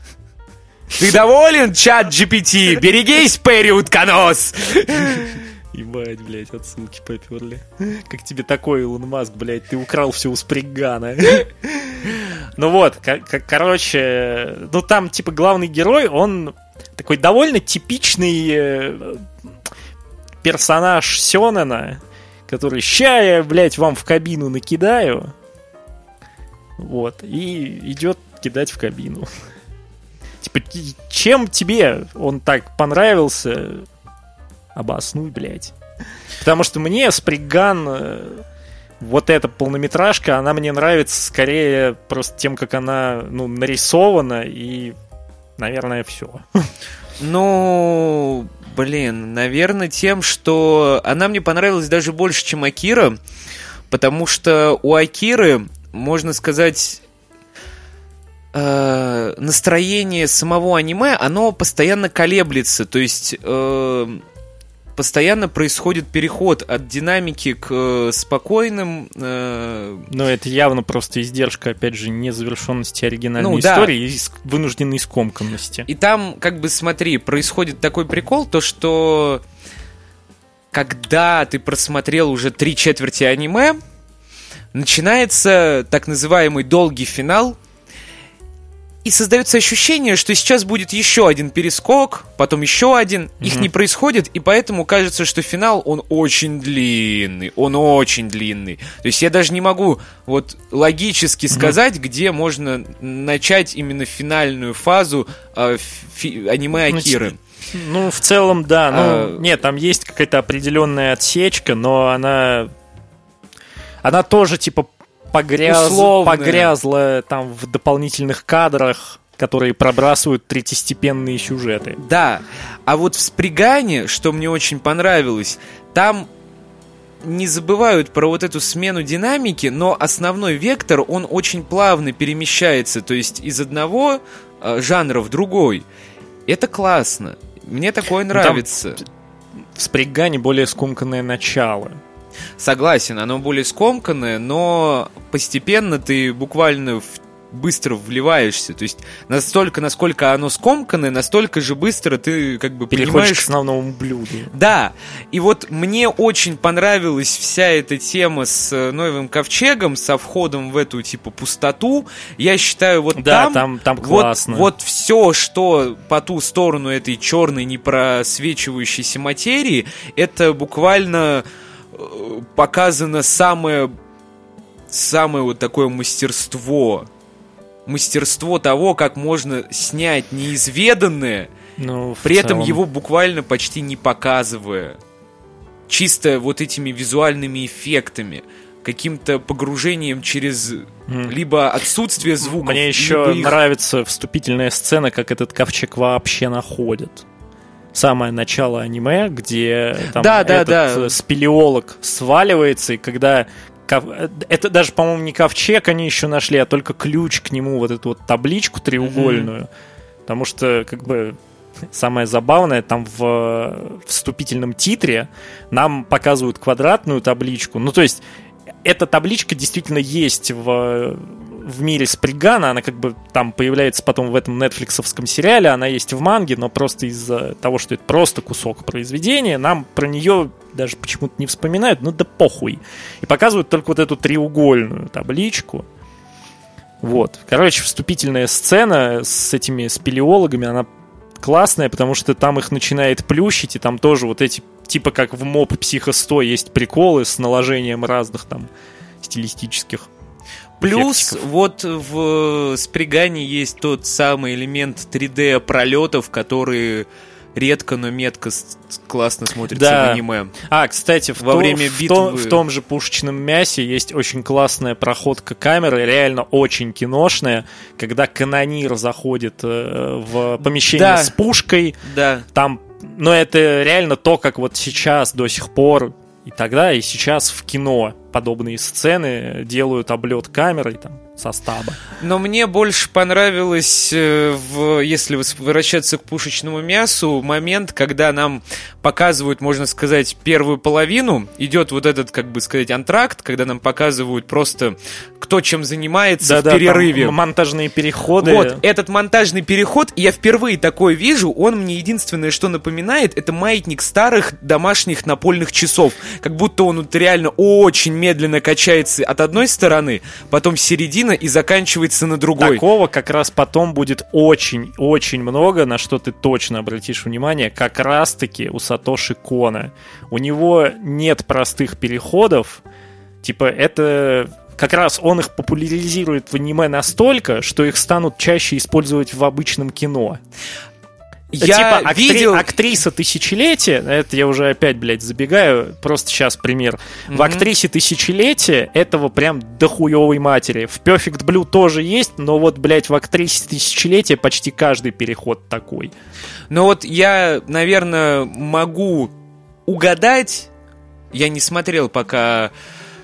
Ты доволен, чат GPT? Берегись, Перри Утконос! Ебать, блядь, отсылки поперли. Как тебе такой, Илон Маск, блядь, ты украл все у Сприггана. Короче, там, типа, главный герой, он такой довольно типичный персонаж сёнэна, который: ща я, блядь, вам в кабину накидаю. И идет кидать в кабину. Типа, чем тебе он так понравился? Обоснуй, блядь. Потому что мне Спригган, вот эта полнометражка, она мне нравится скорее просто тем, как она, нарисована, и, наверное, все. Наверное, тем, что она мне понравилась даже больше, чем Акира, потому что у Акиры, можно сказать, настроение самого аниме, оно постоянно колеблется, то есть постоянно происходит переход от динамики к спокойным... Но это явно просто издержка, опять же, незавершенности оригинальной истории и вынужденной скомканности. И там, смотри, происходит такой прикол, то что когда ты просмотрел уже 3/4 аниме, начинается так называемый долгий финал, и создается ощущение, что сейчас будет еще один перескок, потом еще один. Их не происходит, и поэтому кажется, что финал, он очень длинный. То есть я даже не могу логически сказать, где можно начать именно финальную фазу аниме Акиры. В целом, да. Нет, там есть какая-то определенная отсечка, но она... Она тоже, типа, Условная. погрязла там в дополнительных кадрах, которые пробрасывают третьестепенные сюжеты. Да, а вот в Спригане, что мне очень понравилось, там не забывают про вот эту смену динамики, но основной вектор, он очень плавно перемещается, то есть из одного жанра в другой. Это классно. Мне такое нравится. В Спригане более скомканное начало. Согласен, оно более скомканное, но постепенно ты буквально быстро вливаешься. То есть настолько, насколько оно скомканное, настолько же быстро ты как бы переходишь понимаешь... к основному блюду. Да, и вот мне очень понравилась вся эта тема с Ноевым ковчегом, со входом в эту типа пустоту. Я считаю, вот да, там классно. Вот все, что по ту сторону этой черной непросвечивающейся материи, это буквально показано самое вот такое мастерство того, как можно снять неизведанное, при этом его буквально почти не показывая. Чисто вот этими визуальными эффектами, каким-то погружением через либо отсутствие звуков. Мне еще нравится вступительная сцена, как этот ковчег вообще находят. Самое начало аниме, где там спелеолог сваливается, и когда... Это даже, по-моему, не ковчег они еще нашли, а только ключ к нему, вот эту вот табличку треугольную. Потому что, как бы, самое забавное, там в вступительном титре нам показывают квадратную табличку. Ну, то есть, эта табличка действительно есть в мире Спригана, она как бы там появляется потом в этом нетфликсовском сериале, она есть в манге, но просто из-за того, что это просто кусок произведения, нам про нее даже почему-то не вспоминают, ну да похуй. И показывают только вот эту треугольную табличку. Вот. Короче, вступительная сцена с этими спелеологами, она классная, потому что там их начинает плющить, и там тоже вот эти, типа как в моб Психо 100 есть приколы с наложением разных там стилистических. Плюс эффектиков. вот в Спригане есть тот самый элемент 3D пролетов, который редко, но метко классно смотрится в аниме. Кстати, в том же «Пушечном мясе» есть очень классная проходка камеры, реально очень киношная, когда канонир заходит в помещение с пушкой. Да. Там, но это реально то, как вот сейчас до сих пор и тогда, и сейчас в кино подобные сцены делают облет камерой там со стаба. Но мне больше понравилось, если возвращаться к «Пушечному мясу», момент, когда нам показывают, можно сказать, первую половину. Идет вот этот, как бы сказать, антракт, когда нам показывают просто, кто чем занимается в перерыве. Монтажные переходы. Вот, этот монтажный переход, я впервые такой вижу, он мне единственное, что напоминает, это маятник старых домашних напольных часов. Как будто он вот реально очень медленно качается от одной стороны, потом середина и заканчивается на другой. Такого как раз потом будет очень-очень много, на что ты точно обратишь внимание, как раз-таки у Сатоши Коно. У него нет простых переходов, типа это... Как раз он их популяризирует в аниме настолько, что их станут чаще использовать в обычном кино. Я видел... актриса тысячелетия, это я уже опять, блядь, забегаю, просто сейчас пример. В актрисе тысячелетия этого прям дохуевой матери. В Perfect Blue тоже есть, но вот, блядь, в актрисе тысячелетия почти каждый переход такой. Но вот я, наверное, могу угадать, я не смотрел пока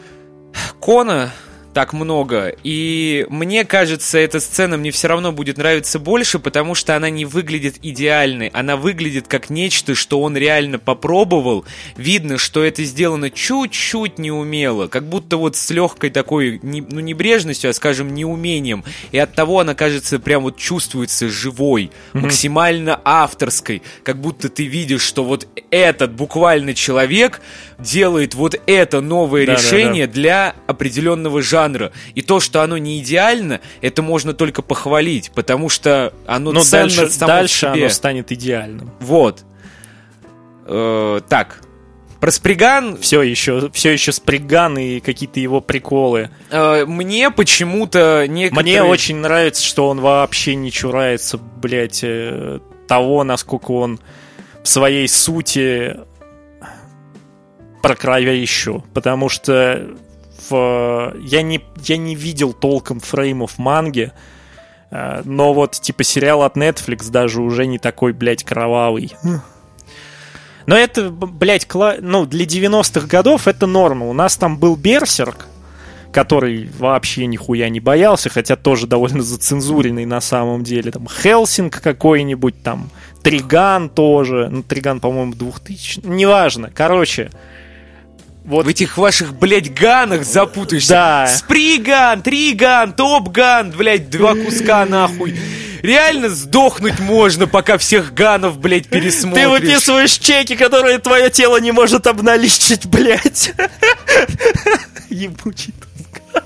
Коно так много, и мне кажется, эта сцена мне все равно будет нравиться больше, потому что она не выглядит идеальной, она выглядит как нечто, что он реально попробовал, видно, что это сделано чуть-чуть неумело, как будто вот с легкой такой, ну, небрежностью, а скажем, неумением, и оттого она, кажется, прям вот чувствуется живой, максимально авторской, как будто ты видишь, что вот этот буквально человек делает вот это новое решение для определенного жанра. И то, что оно не идеально, это можно только похвалить, потому что оно ценно само в себе. Дальше оно станет идеальным. Вот. Так. Про Сприган... Все еще Сприган и какие-то его приколы. Мне почему-то некоторые... Мне очень нравится, что он вообще не чурается, блядь, того, насколько он в своей сути про кровищу. Потому что Я не видел толком фреймов манги, но вот типа сериал от Netflix даже уже не такой, блядь, кровавый. Но это, блядь, ну, для 90-х годов это норма. У нас там был Берсерк, который вообще нихуя не боялся, хотя тоже довольно зацензуренный на самом деле. Там Хелсинг какой-нибудь, там Триган тоже. Ну, Триган, по-моему, 2000. Неважно. Короче, вот. В этих ваших, блядь, ганах запутаешься. Да. Сприган, Триган, Топган, блядь, 2 куска нахуй. Реально сдохнуть можно, пока всех ганов, блядь, пересмотришь. Ты выписываешь чеки, которые твое тело не может обналичить, блядь. Ебучий Топган.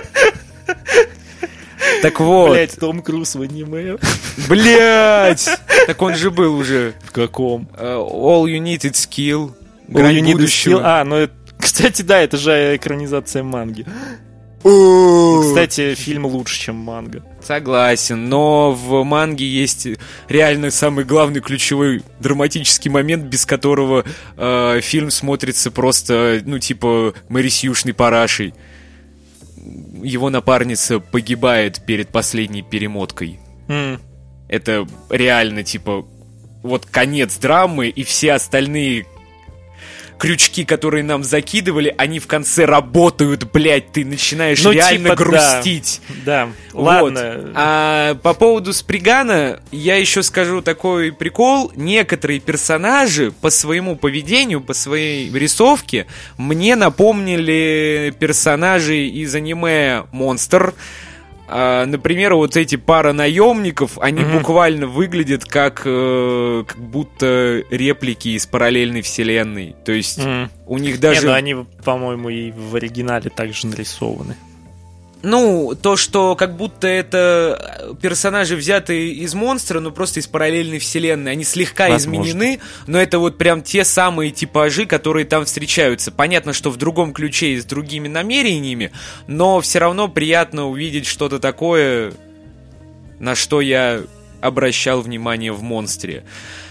Так вот. Блядь, Том Круз в аниме. Блядь. Так он же был уже. В каком? All You Need Is Skill. Грань будущего. Ну это, кстати, да, это же экранизация манги. Кстати, фильм лучше, чем манга. Согласен, но в манге есть реально самый главный ключевой драматический момент, без которого фильм смотрится просто, ну, типа, Морисюшной парашей. Его напарница погибает перед последней перемоткой. Это реально, типа, вот конец драмы, и все остальные крючки, которые нам закидывали, они в конце работают, блядь, ты начинаешь реально типа, грустить. Да, вот. Ладно. А по поводу Спригана я еще скажу такой прикол. Некоторые персонажи по своему поведению, по своей рисовке мне напомнили персонажей из аниме «Монстр». Например, вот эти пара наемников, они буквально выглядят как будто реплики из параллельной вселенной. То есть у них даже... ну они, по-моему, и в оригинале также нарисованы. Ну, то, что как будто это персонажи, взятые из «Монстра», но просто из параллельной вселенной. Они слегка изменены, но это вот прям те самые типажи, которые там встречаются. Понятно, что в другом ключе и с другими намерениями, но все равно приятно увидеть что-то такое, на что я обращал внимание в «Монстре».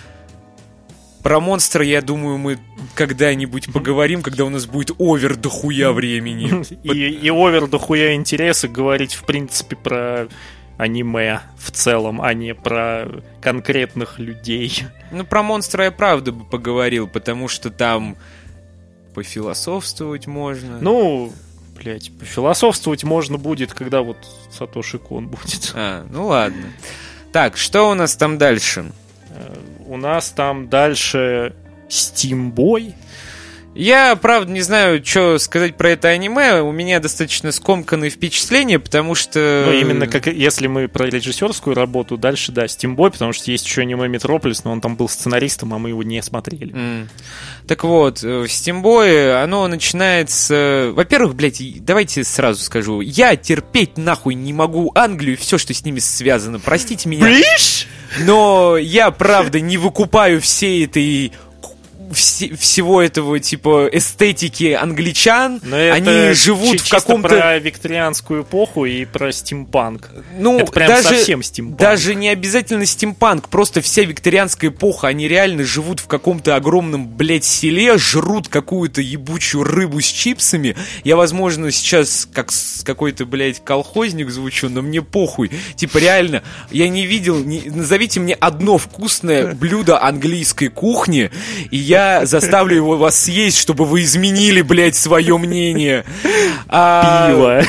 Про «Монстра», я думаю, мы когда-нибудь поговорим, когда у нас будет овер дохуя времени. И овер дохуя интереса говорить, в принципе, про аниме в целом, а не про конкретных людей. Ну, про «Монстра» я правда бы поговорил, потому что там пофилософствовать можно. Ну, блять, пофилософствовать можно будет, когда вот Сатоши Кон будет. Ну ладно. Так, что у нас там дальше? У нас там дальше Steam Boy. Я, правда, не знаю, что сказать про это аниме. У меня достаточно скомканные впечатления, потому что... Ну, именно как если мы про режиссерскую работу, дальше, да, Steam Boy, потому что есть еще аниме Метрополис, но он там был сценаристом, а мы его не смотрели. Так вот, в Steam Boy оно начинается... Во-первых, блядь, давайте сразу скажу. Я терпеть нахуй не могу Англию и все, что с ними связано. Простите меня. Бриш? Но я, правда, не выкупаю всей этой... всего этого, типа, эстетики англичан. Они живут в каком-то... про викторианскую эпоху и про стимпанк. Ну, это прям даже, совсем стимпанк. Даже не обязательно стимпанк, просто вся викторианская эпоха, они реально живут в каком-то огромном, блядь, селе, жрут какую-то ебучую рыбу с чипсами. Я, возможно, сейчас как какой-то, блядь, колхозник звучу, но мне похуй. Типа, реально, я не видел... Назовите мне одно вкусное блюдо английской кухни, и я заставлю его вас съесть, чтобы вы изменили, блядь, свое мнение. Пиво.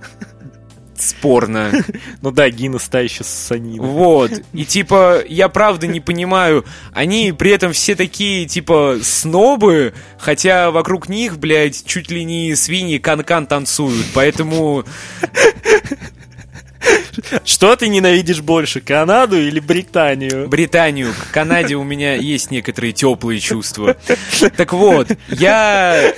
Спорно. Ну да, Гиннес та еще ссанина. Вот. И типа, я правда не понимаю, они при этом все такие, типа, снобы, хотя вокруг них, блядь, чуть ли не свиньи кан-кан танцуют. Поэтому... Что ты ненавидишь больше, Канаду или Британию? Британию. К Канаде у меня есть некоторые теплые чувства. Так вот, я...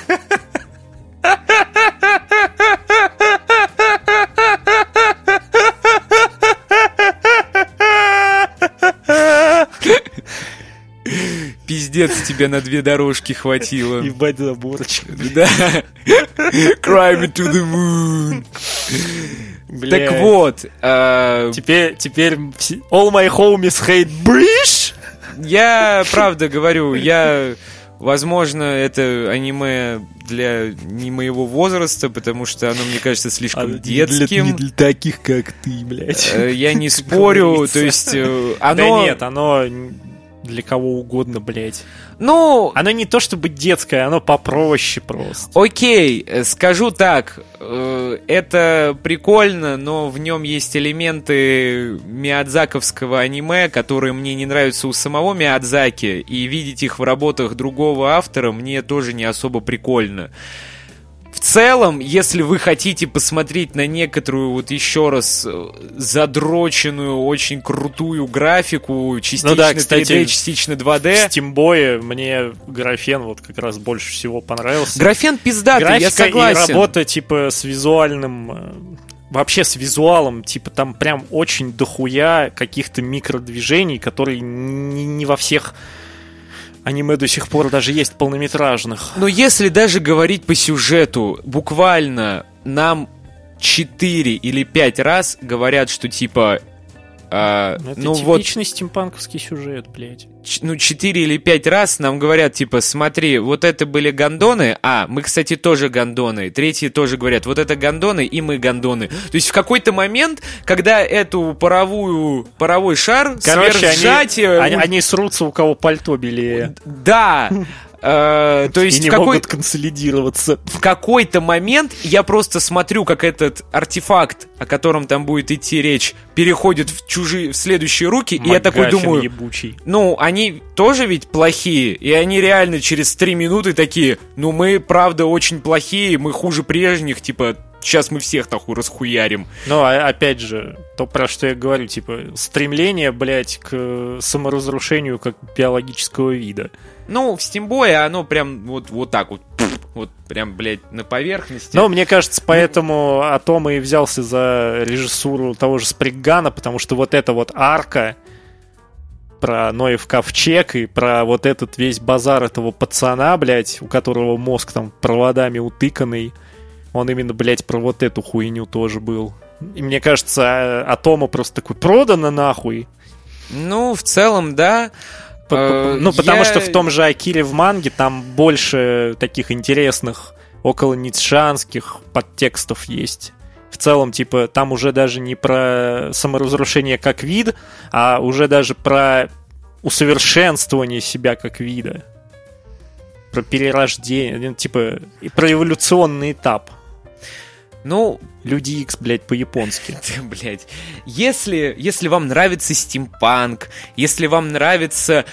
Пиздец, тебе на 2 дорожки хватило. Ебать заборчик. Да. Cry me to the moon. Бля. Так вот. Теперь all my homies hate British? Я правда говорю, возможно, это аниме для не моего возраста, потому что оно, мне кажется, слишком детским. Не для таких, как ты, блядь. Я не спорю, то есть оно... Да нет, оно для кого угодно, блядь. Ну... Оно не то чтобы детское, оно попроще просто. Окей, скажу так, это прикольно, но в нем есть элементы миядзаковского аниме, которые мне не нравятся у самого Миядзаки, и видеть их в работах другого автора мне тоже не особо прикольно. В целом, если вы хотите посмотреть на некоторую вот еще раз задроченную, очень крутую графику, частично 3D, частично 2D... В Стимбое мне графен вот как раз больше всего понравился. Графен пиздатый, графика, я согласен. И работа типа с визуальным... Вообще с визуалом, типа там прям очень дохуя каких-то микродвижений, которые не во всех... Аниме до сих пор даже есть полнометражных. Но если даже говорить по сюжету, буквально нам 4 или 5 раз говорят, что типа... это типичный стимпанковский сюжет, блядь. 4 или 5 раз нам говорят, типа, смотри, вот это были гондоны, мы, кстати, тоже гондоны. Третьи тоже говорят, вот это гондоны, и мы гондоны. То есть в какой-то момент, когда эту паровой шар сверхсжатие... Они срутся, у кого пальто белее. Да. То есть и не могут консолидироваться. В какой-то момент я просто смотрю, как этот артефакт, о котором там будет идти речь, переходит в следующие руки, и я такой думаю, ебучий. Ну, они тоже ведь плохие, и они реально через 3 минуты такие, ну, мы, правда, очень плохие, мы хуже прежних, типа, сейчас мы всех нахуй расхуярим. Ну, опять же, то, про что я говорю, типа, стремление, блядь, к саморазрушению как биологического вида. Ну, в Стимбое оно прям вот так вот, прям, блядь, на поверхности. Ну, мне кажется, поэтому Атома и взялся за режиссуру того же Сприггана, потому что вот эта вот арка про Ноев ковчег и про вот этот весь базар этого пацана, блядь, у которого мозг там проводами утыканный, он именно, блядь, про вот эту хуйню тоже был. И мне кажется, Атома просто такой продано нахуй. Ну, в целом, да. Потому что в том же Акире в манге там больше таких интересных около ницшанских подтекстов есть. В целом, типа, там уже даже не про саморазрушение как вид, а уже даже про усовершенствование себя как вида. Про перерождение, типа, и про эволюционный этап. Ну, Люди Икс, блядь, по-японски. Блядь. Если вам нравится стимпанк, если вам нравятся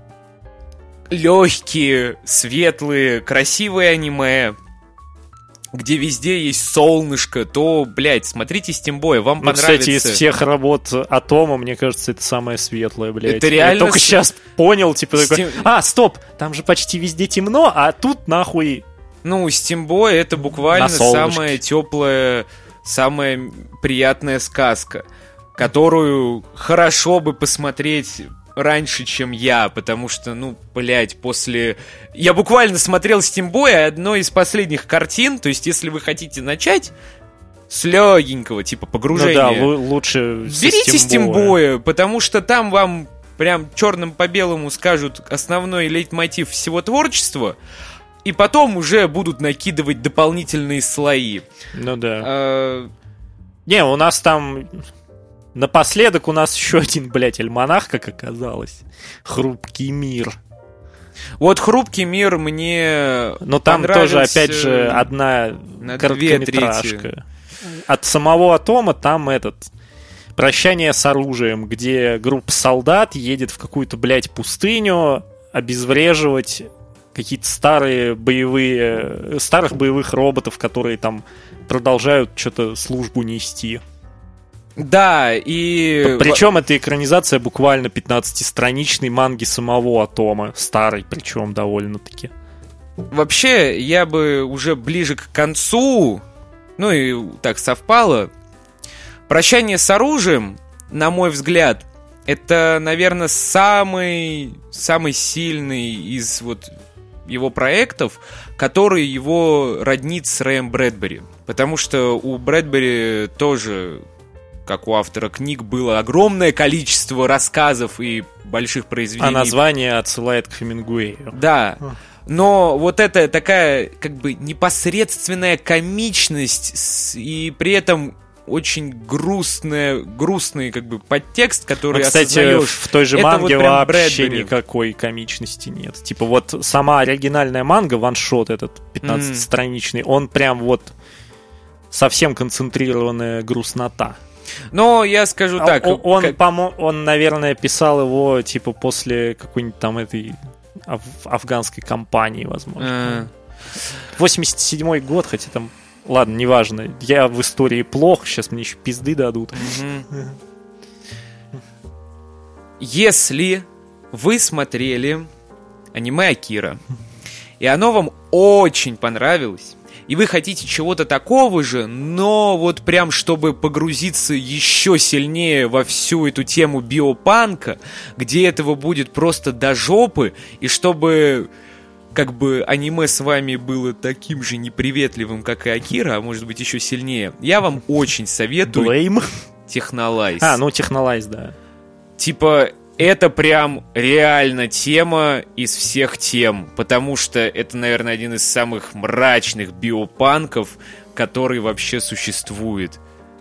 легкие, светлые, красивые аниме, где везде есть солнышко, то, блядь, смотрите Стимбой, вам понравится. Кстати, из всех работ Атома, мне кажется, это самое светлое, блядь. Это реально... Я только сейчас понял, типа, такой, стоп, там же почти везде темно, а тут нахуй... Ну, Стимбой это буквально самая теплая, самая приятная сказка, которую хорошо бы посмотреть раньше, чем я, потому что, ну, блядь, после... Я буквально смотрел Стимбой, одной из последних картин, то есть, если вы хотите начать с легенького, типа, погружения... Ну да, лучше берите Стимбоя, потому что там вам прям черным по белому скажут основной лейтмотив всего творчества, и потом уже будут накидывать дополнительные слои. Ну да. Не, у нас там... Напоследок у нас еще один, блядь, альманах, как оказалось. «Хрупкий мир». Вот «Хрупкий мир» мне но там тоже, опять же, одна короткометражка. От самого Атома там «Прощание с оружием», где группа солдат едет в какую-то, блядь, пустыню обезвреживать какие-то старых боевых роботов, которые там продолжают что-то службу нести. Да, и... Причем это экранизация буквально 15-страничной манги самого Атома. Старой, причем довольно-таки. Вообще, я бы уже ближе к концу, ну и так совпало, «Прощание с оружием», на мой взгляд, это, наверное, самый сильный из вот его проектов, который его роднит с Рэем Брэдбери. Потому что у Брэдбери тоже, как у автора книг, было огромное количество рассказов и больших произведений. А название отсылает к Хемингуэю. Да. Но вот это такая как бы непосредственная комичность и при этом очень грустный как бы подтекст, который осознаешь. В той же манге вот вообще никакой комичности нет. Типа вот сама оригинальная манга, ваншот этот 15-страничный, он прям вот совсем концентрированная грустнота. Но я скажу так... Он, наверное, писал его типа после какой-нибудь там этой афганской кампании, возможно. 87-й год, хотя там... Ладно, неважно. Я в истории плох, сейчас мне еще пизды дадут. Если вы смотрели аниме Акира, и оно вам очень понравилось, и вы хотите чего-то такого же, но вот прям чтобы погрузиться еще сильнее во всю эту тему биопанка, где этого будет просто до жопы, и чтобы... как бы аниме с вами было таким же неприветливым, как и Акира, а может быть еще сильнее, я вам очень советую Технолайз. Технолайз, да. Типа, это прям реально тема из всех тем, потому что это, наверное, один из самых мрачных биопанков, который вообще существует.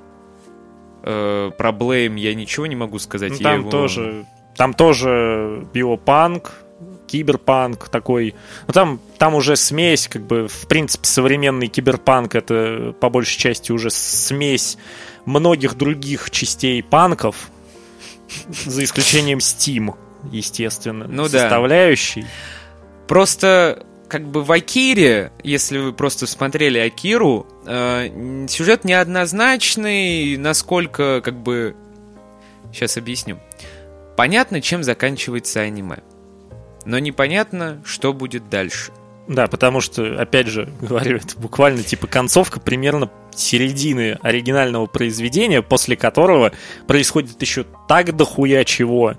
Про Блейм я ничего не могу сказать. Там тоже биопанк, киберпанк такой. Ну, там уже смесь, как бы, в принципе, современный киберпанк — это, по большей части, уже смесь многих других частей панков, за исключением Steam, естественно, составляющей. Да. Просто, как бы, в Акире, если вы просто смотрели Акиру, сюжет неоднозначный, насколько, как бы... Сейчас объясню. Понятно, чем заканчивается аниме. Но непонятно, что будет дальше. Да, потому что, опять же, говорю, это буквально типа концовка примерно середины оригинального произведения, после которого происходит еще так дохуя чего.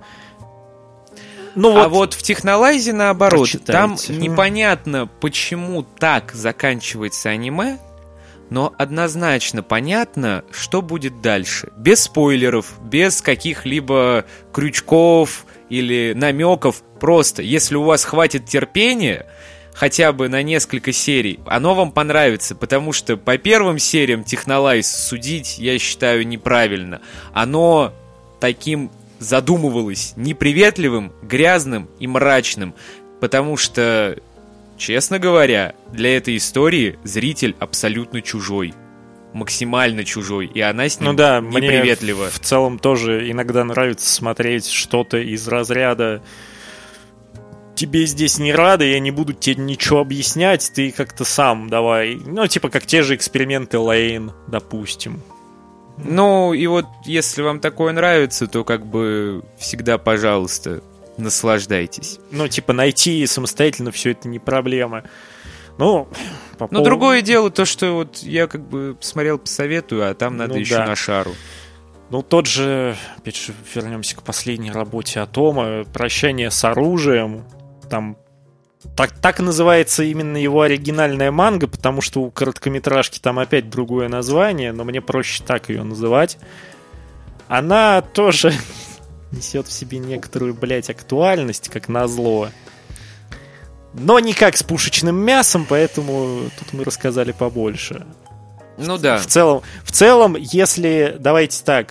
А вот в Технолайзе наоборот, там непонятно, почему так заканчивается аниме, но однозначно понятно, что будет дальше. Без спойлеров, без каких-либо крючков или намеков. Просто, если у вас хватит терпения, хотя бы на несколько серий, оно вам понравится, потому что по первым сериям Технолайз судить, я считаю, неправильно. Оно таким задумывалось неприветливым, грязным и мрачным, потому что, честно говоря, для этой истории зритель абсолютно чужой. Максимально чужой, и она с ним неприветлива. Мне в целом тоже иногда нравится смотреть что-то из разряда «Тебе здесь не рады, я не буду тебе ничего объяснять, ты как-то сам давай». Ну, типа как те же эксперименты Лейн, допустим. Ну, и вот если вам такое нравится, то как бы всегда, пожалуйста, наслаждайтесь. Ну, типа найти самостоятельно все это не проблема. Но другое дело то, что вот я как бы смотрел, посоветую, а там надо еще на шару. Ну, тот же, опять же, вернемся к последней работе Атома, «Прощание с оружием». Там так и называется именно его оригинальная манга, потому что у короткометражки там опять другое название, но мне проще так ее называть. Она тоже несет в себе некоторую, актуальность, как назло. Но не как с пушечным мясом, поэтому тут мы рассказали побольше. Ну да. В целом, если, давайте так,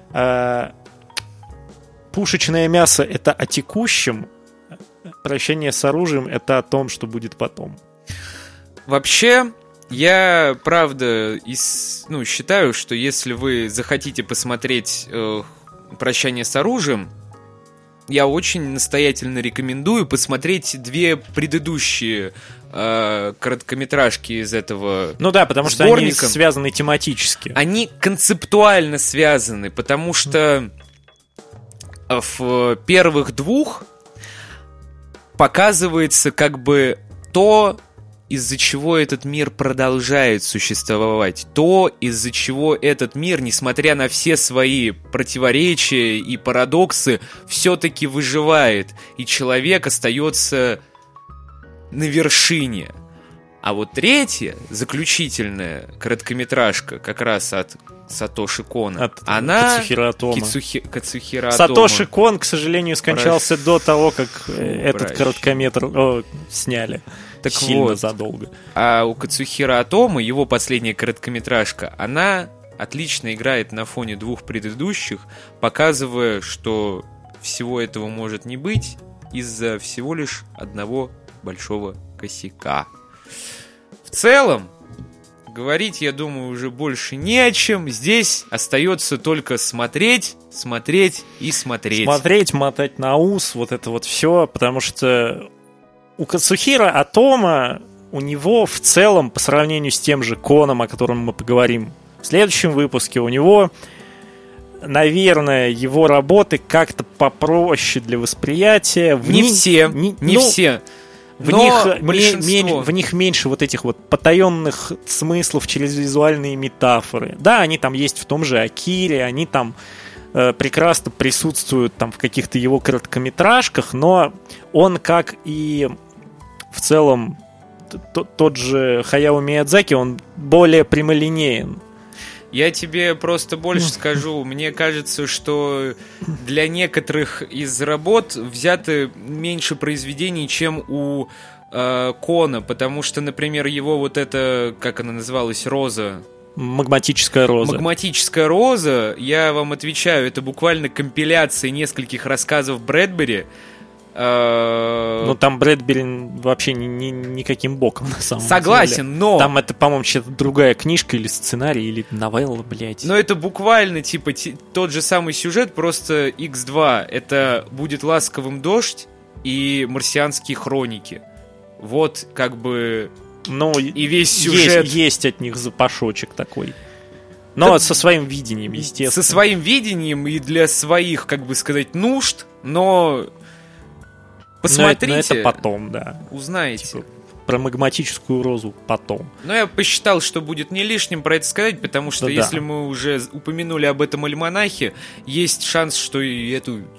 пушечное мясо — это о текущем, «Прощение с оружием» — это о том, что будет потом. Вообще, я, правда, считаю, что если вы захотите посмотреть «Прощание с оружием», я очень настоятельно рекомендую посмотреть две предыдущие короткометражки из этого Ну да, потому что они связаны тематически. Они концептуально связаны, потому что в первых двух показывается как бы то, из-за чего этот мир продолжает существовать, то, из-за чего этот мир, несмотря на все свои противоречия и парадоксы, все-таки выживает, и человек остается на вершине. А вот третья, заключительная короткометражка, как раз от Сатоши Кона. От Она... Кацухиро Отомо. Кацухиро Отомо. Сатоши Кон, к сожалению, скончался до того, как этот короткометр сняли. Так сильно вот, задолго. А у Кацухиро Отомо, его последняя короткометражка, она отлично играет на фоне двух предыдущих, показывая, что всего этого может не быть из-за всего лишь одного большого косяка. В целом, говорить, я думаю, уже больше не о чем. Здесь остается только смотреть, смотреть и смотреть. Смотреть, мотать на ус, вот это вот все, потому что у Кацухиро Отомо, у него в целом, по сравнению с тем же Коном, о котором мы поговорим в следующем выпуске, у него, наверное, его работы как-то попроще для восприятия. Не все. В них меньше вот этих вот потаенных смыслов через визуальные метафоры. Да, они там есть в том же Акире, они там прекрасно присутствуют там в каких-то его короткометражках, но он, как и в целом тот же Хаяо Миядзаки, он более прямолинеен. Я тебе просто больше скажу. Мне кажется, что для некоторых из работ взято меньше произведений, чем у Кона, потому что, например, его вот это, как она называлась, «Роза». Магматическая роза. Магматическая роза, я вам отвечаю, это буквально компиляция нескольких рассказов Брэдбери. Ну, там Брэдбери вообще никаким боком, на самом деле. Согласен, но... Там это, по-моему, что-то другая книжка или сценарий, или новелла, блядь. Но это буквально, типа, тот же самый сюжет, просто X2. Это будет «Ласковым дождь» и «Марсианские хроники». Вот, как бы... Ну, и весь сюжет... Есть от них запашочек такой. Но со своим видением, естественно. Со своим видением и для своих, как бы сказать, нужд, но... Посмотрите. Но это потом, да. Узнаете. Типа, про магматическую розу потом. Но я посчитал, что будет не лишним про это сказать, потому что если мы уже упомянули об этом альманахе, есть шанс, что и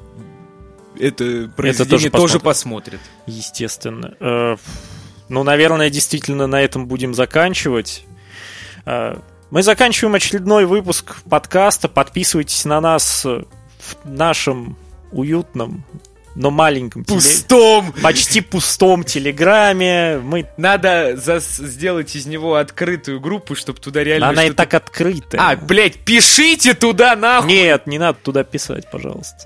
это произведение тоже посмотрят. Естественно. Ну, наверное, действительно на этом будем заканчивать. Мы заканчиваем очередной выпуск подкаста. Подписывайтесь на нас в нашем уютном, но маленьком, почти пустом Телеграме. Надо сделать из него открытую группу, чтобы туда реально... Она и так открытая. Блядь, пишите туда нахуй! Нет, не надо туда писать, пожалуйста.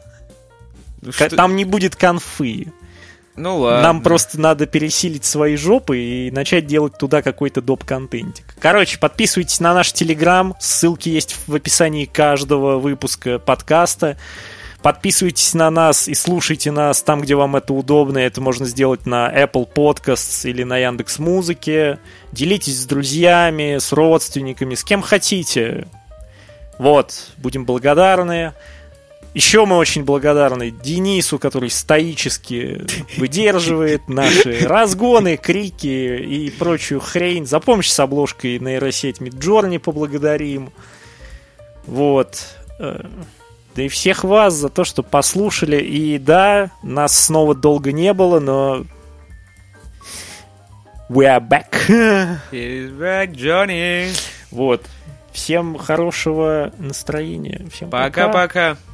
Там не будет конфы. Ну ладно. Нам просто надо пересилить свои жопы и начать делать туда какой-то доп-контентик. Короче, подписывайтесь на наш Телеграм. Ссылки есть в описании каждого выпуска подкаста. Подписывайтесь на нас и слушайте нас там, где вам это удобно. Это можно сделать на Apple Podcasts или на Яндекс.Музыке. Делитесь с друзьями, с родственниками, с кем хотите. Вот, будем благодарны. Еще мы очень благодарны Денису, который стоически выдерживает наши разгоны, крики и прочую хрень. За помощь с обложкой нейросеть Midjourney поблагодарим. Вот. Да и всех вас за то, что послушали. И да, нас снова долго не было, но... We are back. He's back, Johnny. Вот. Всем хорошего настроения. Всем пока-пока.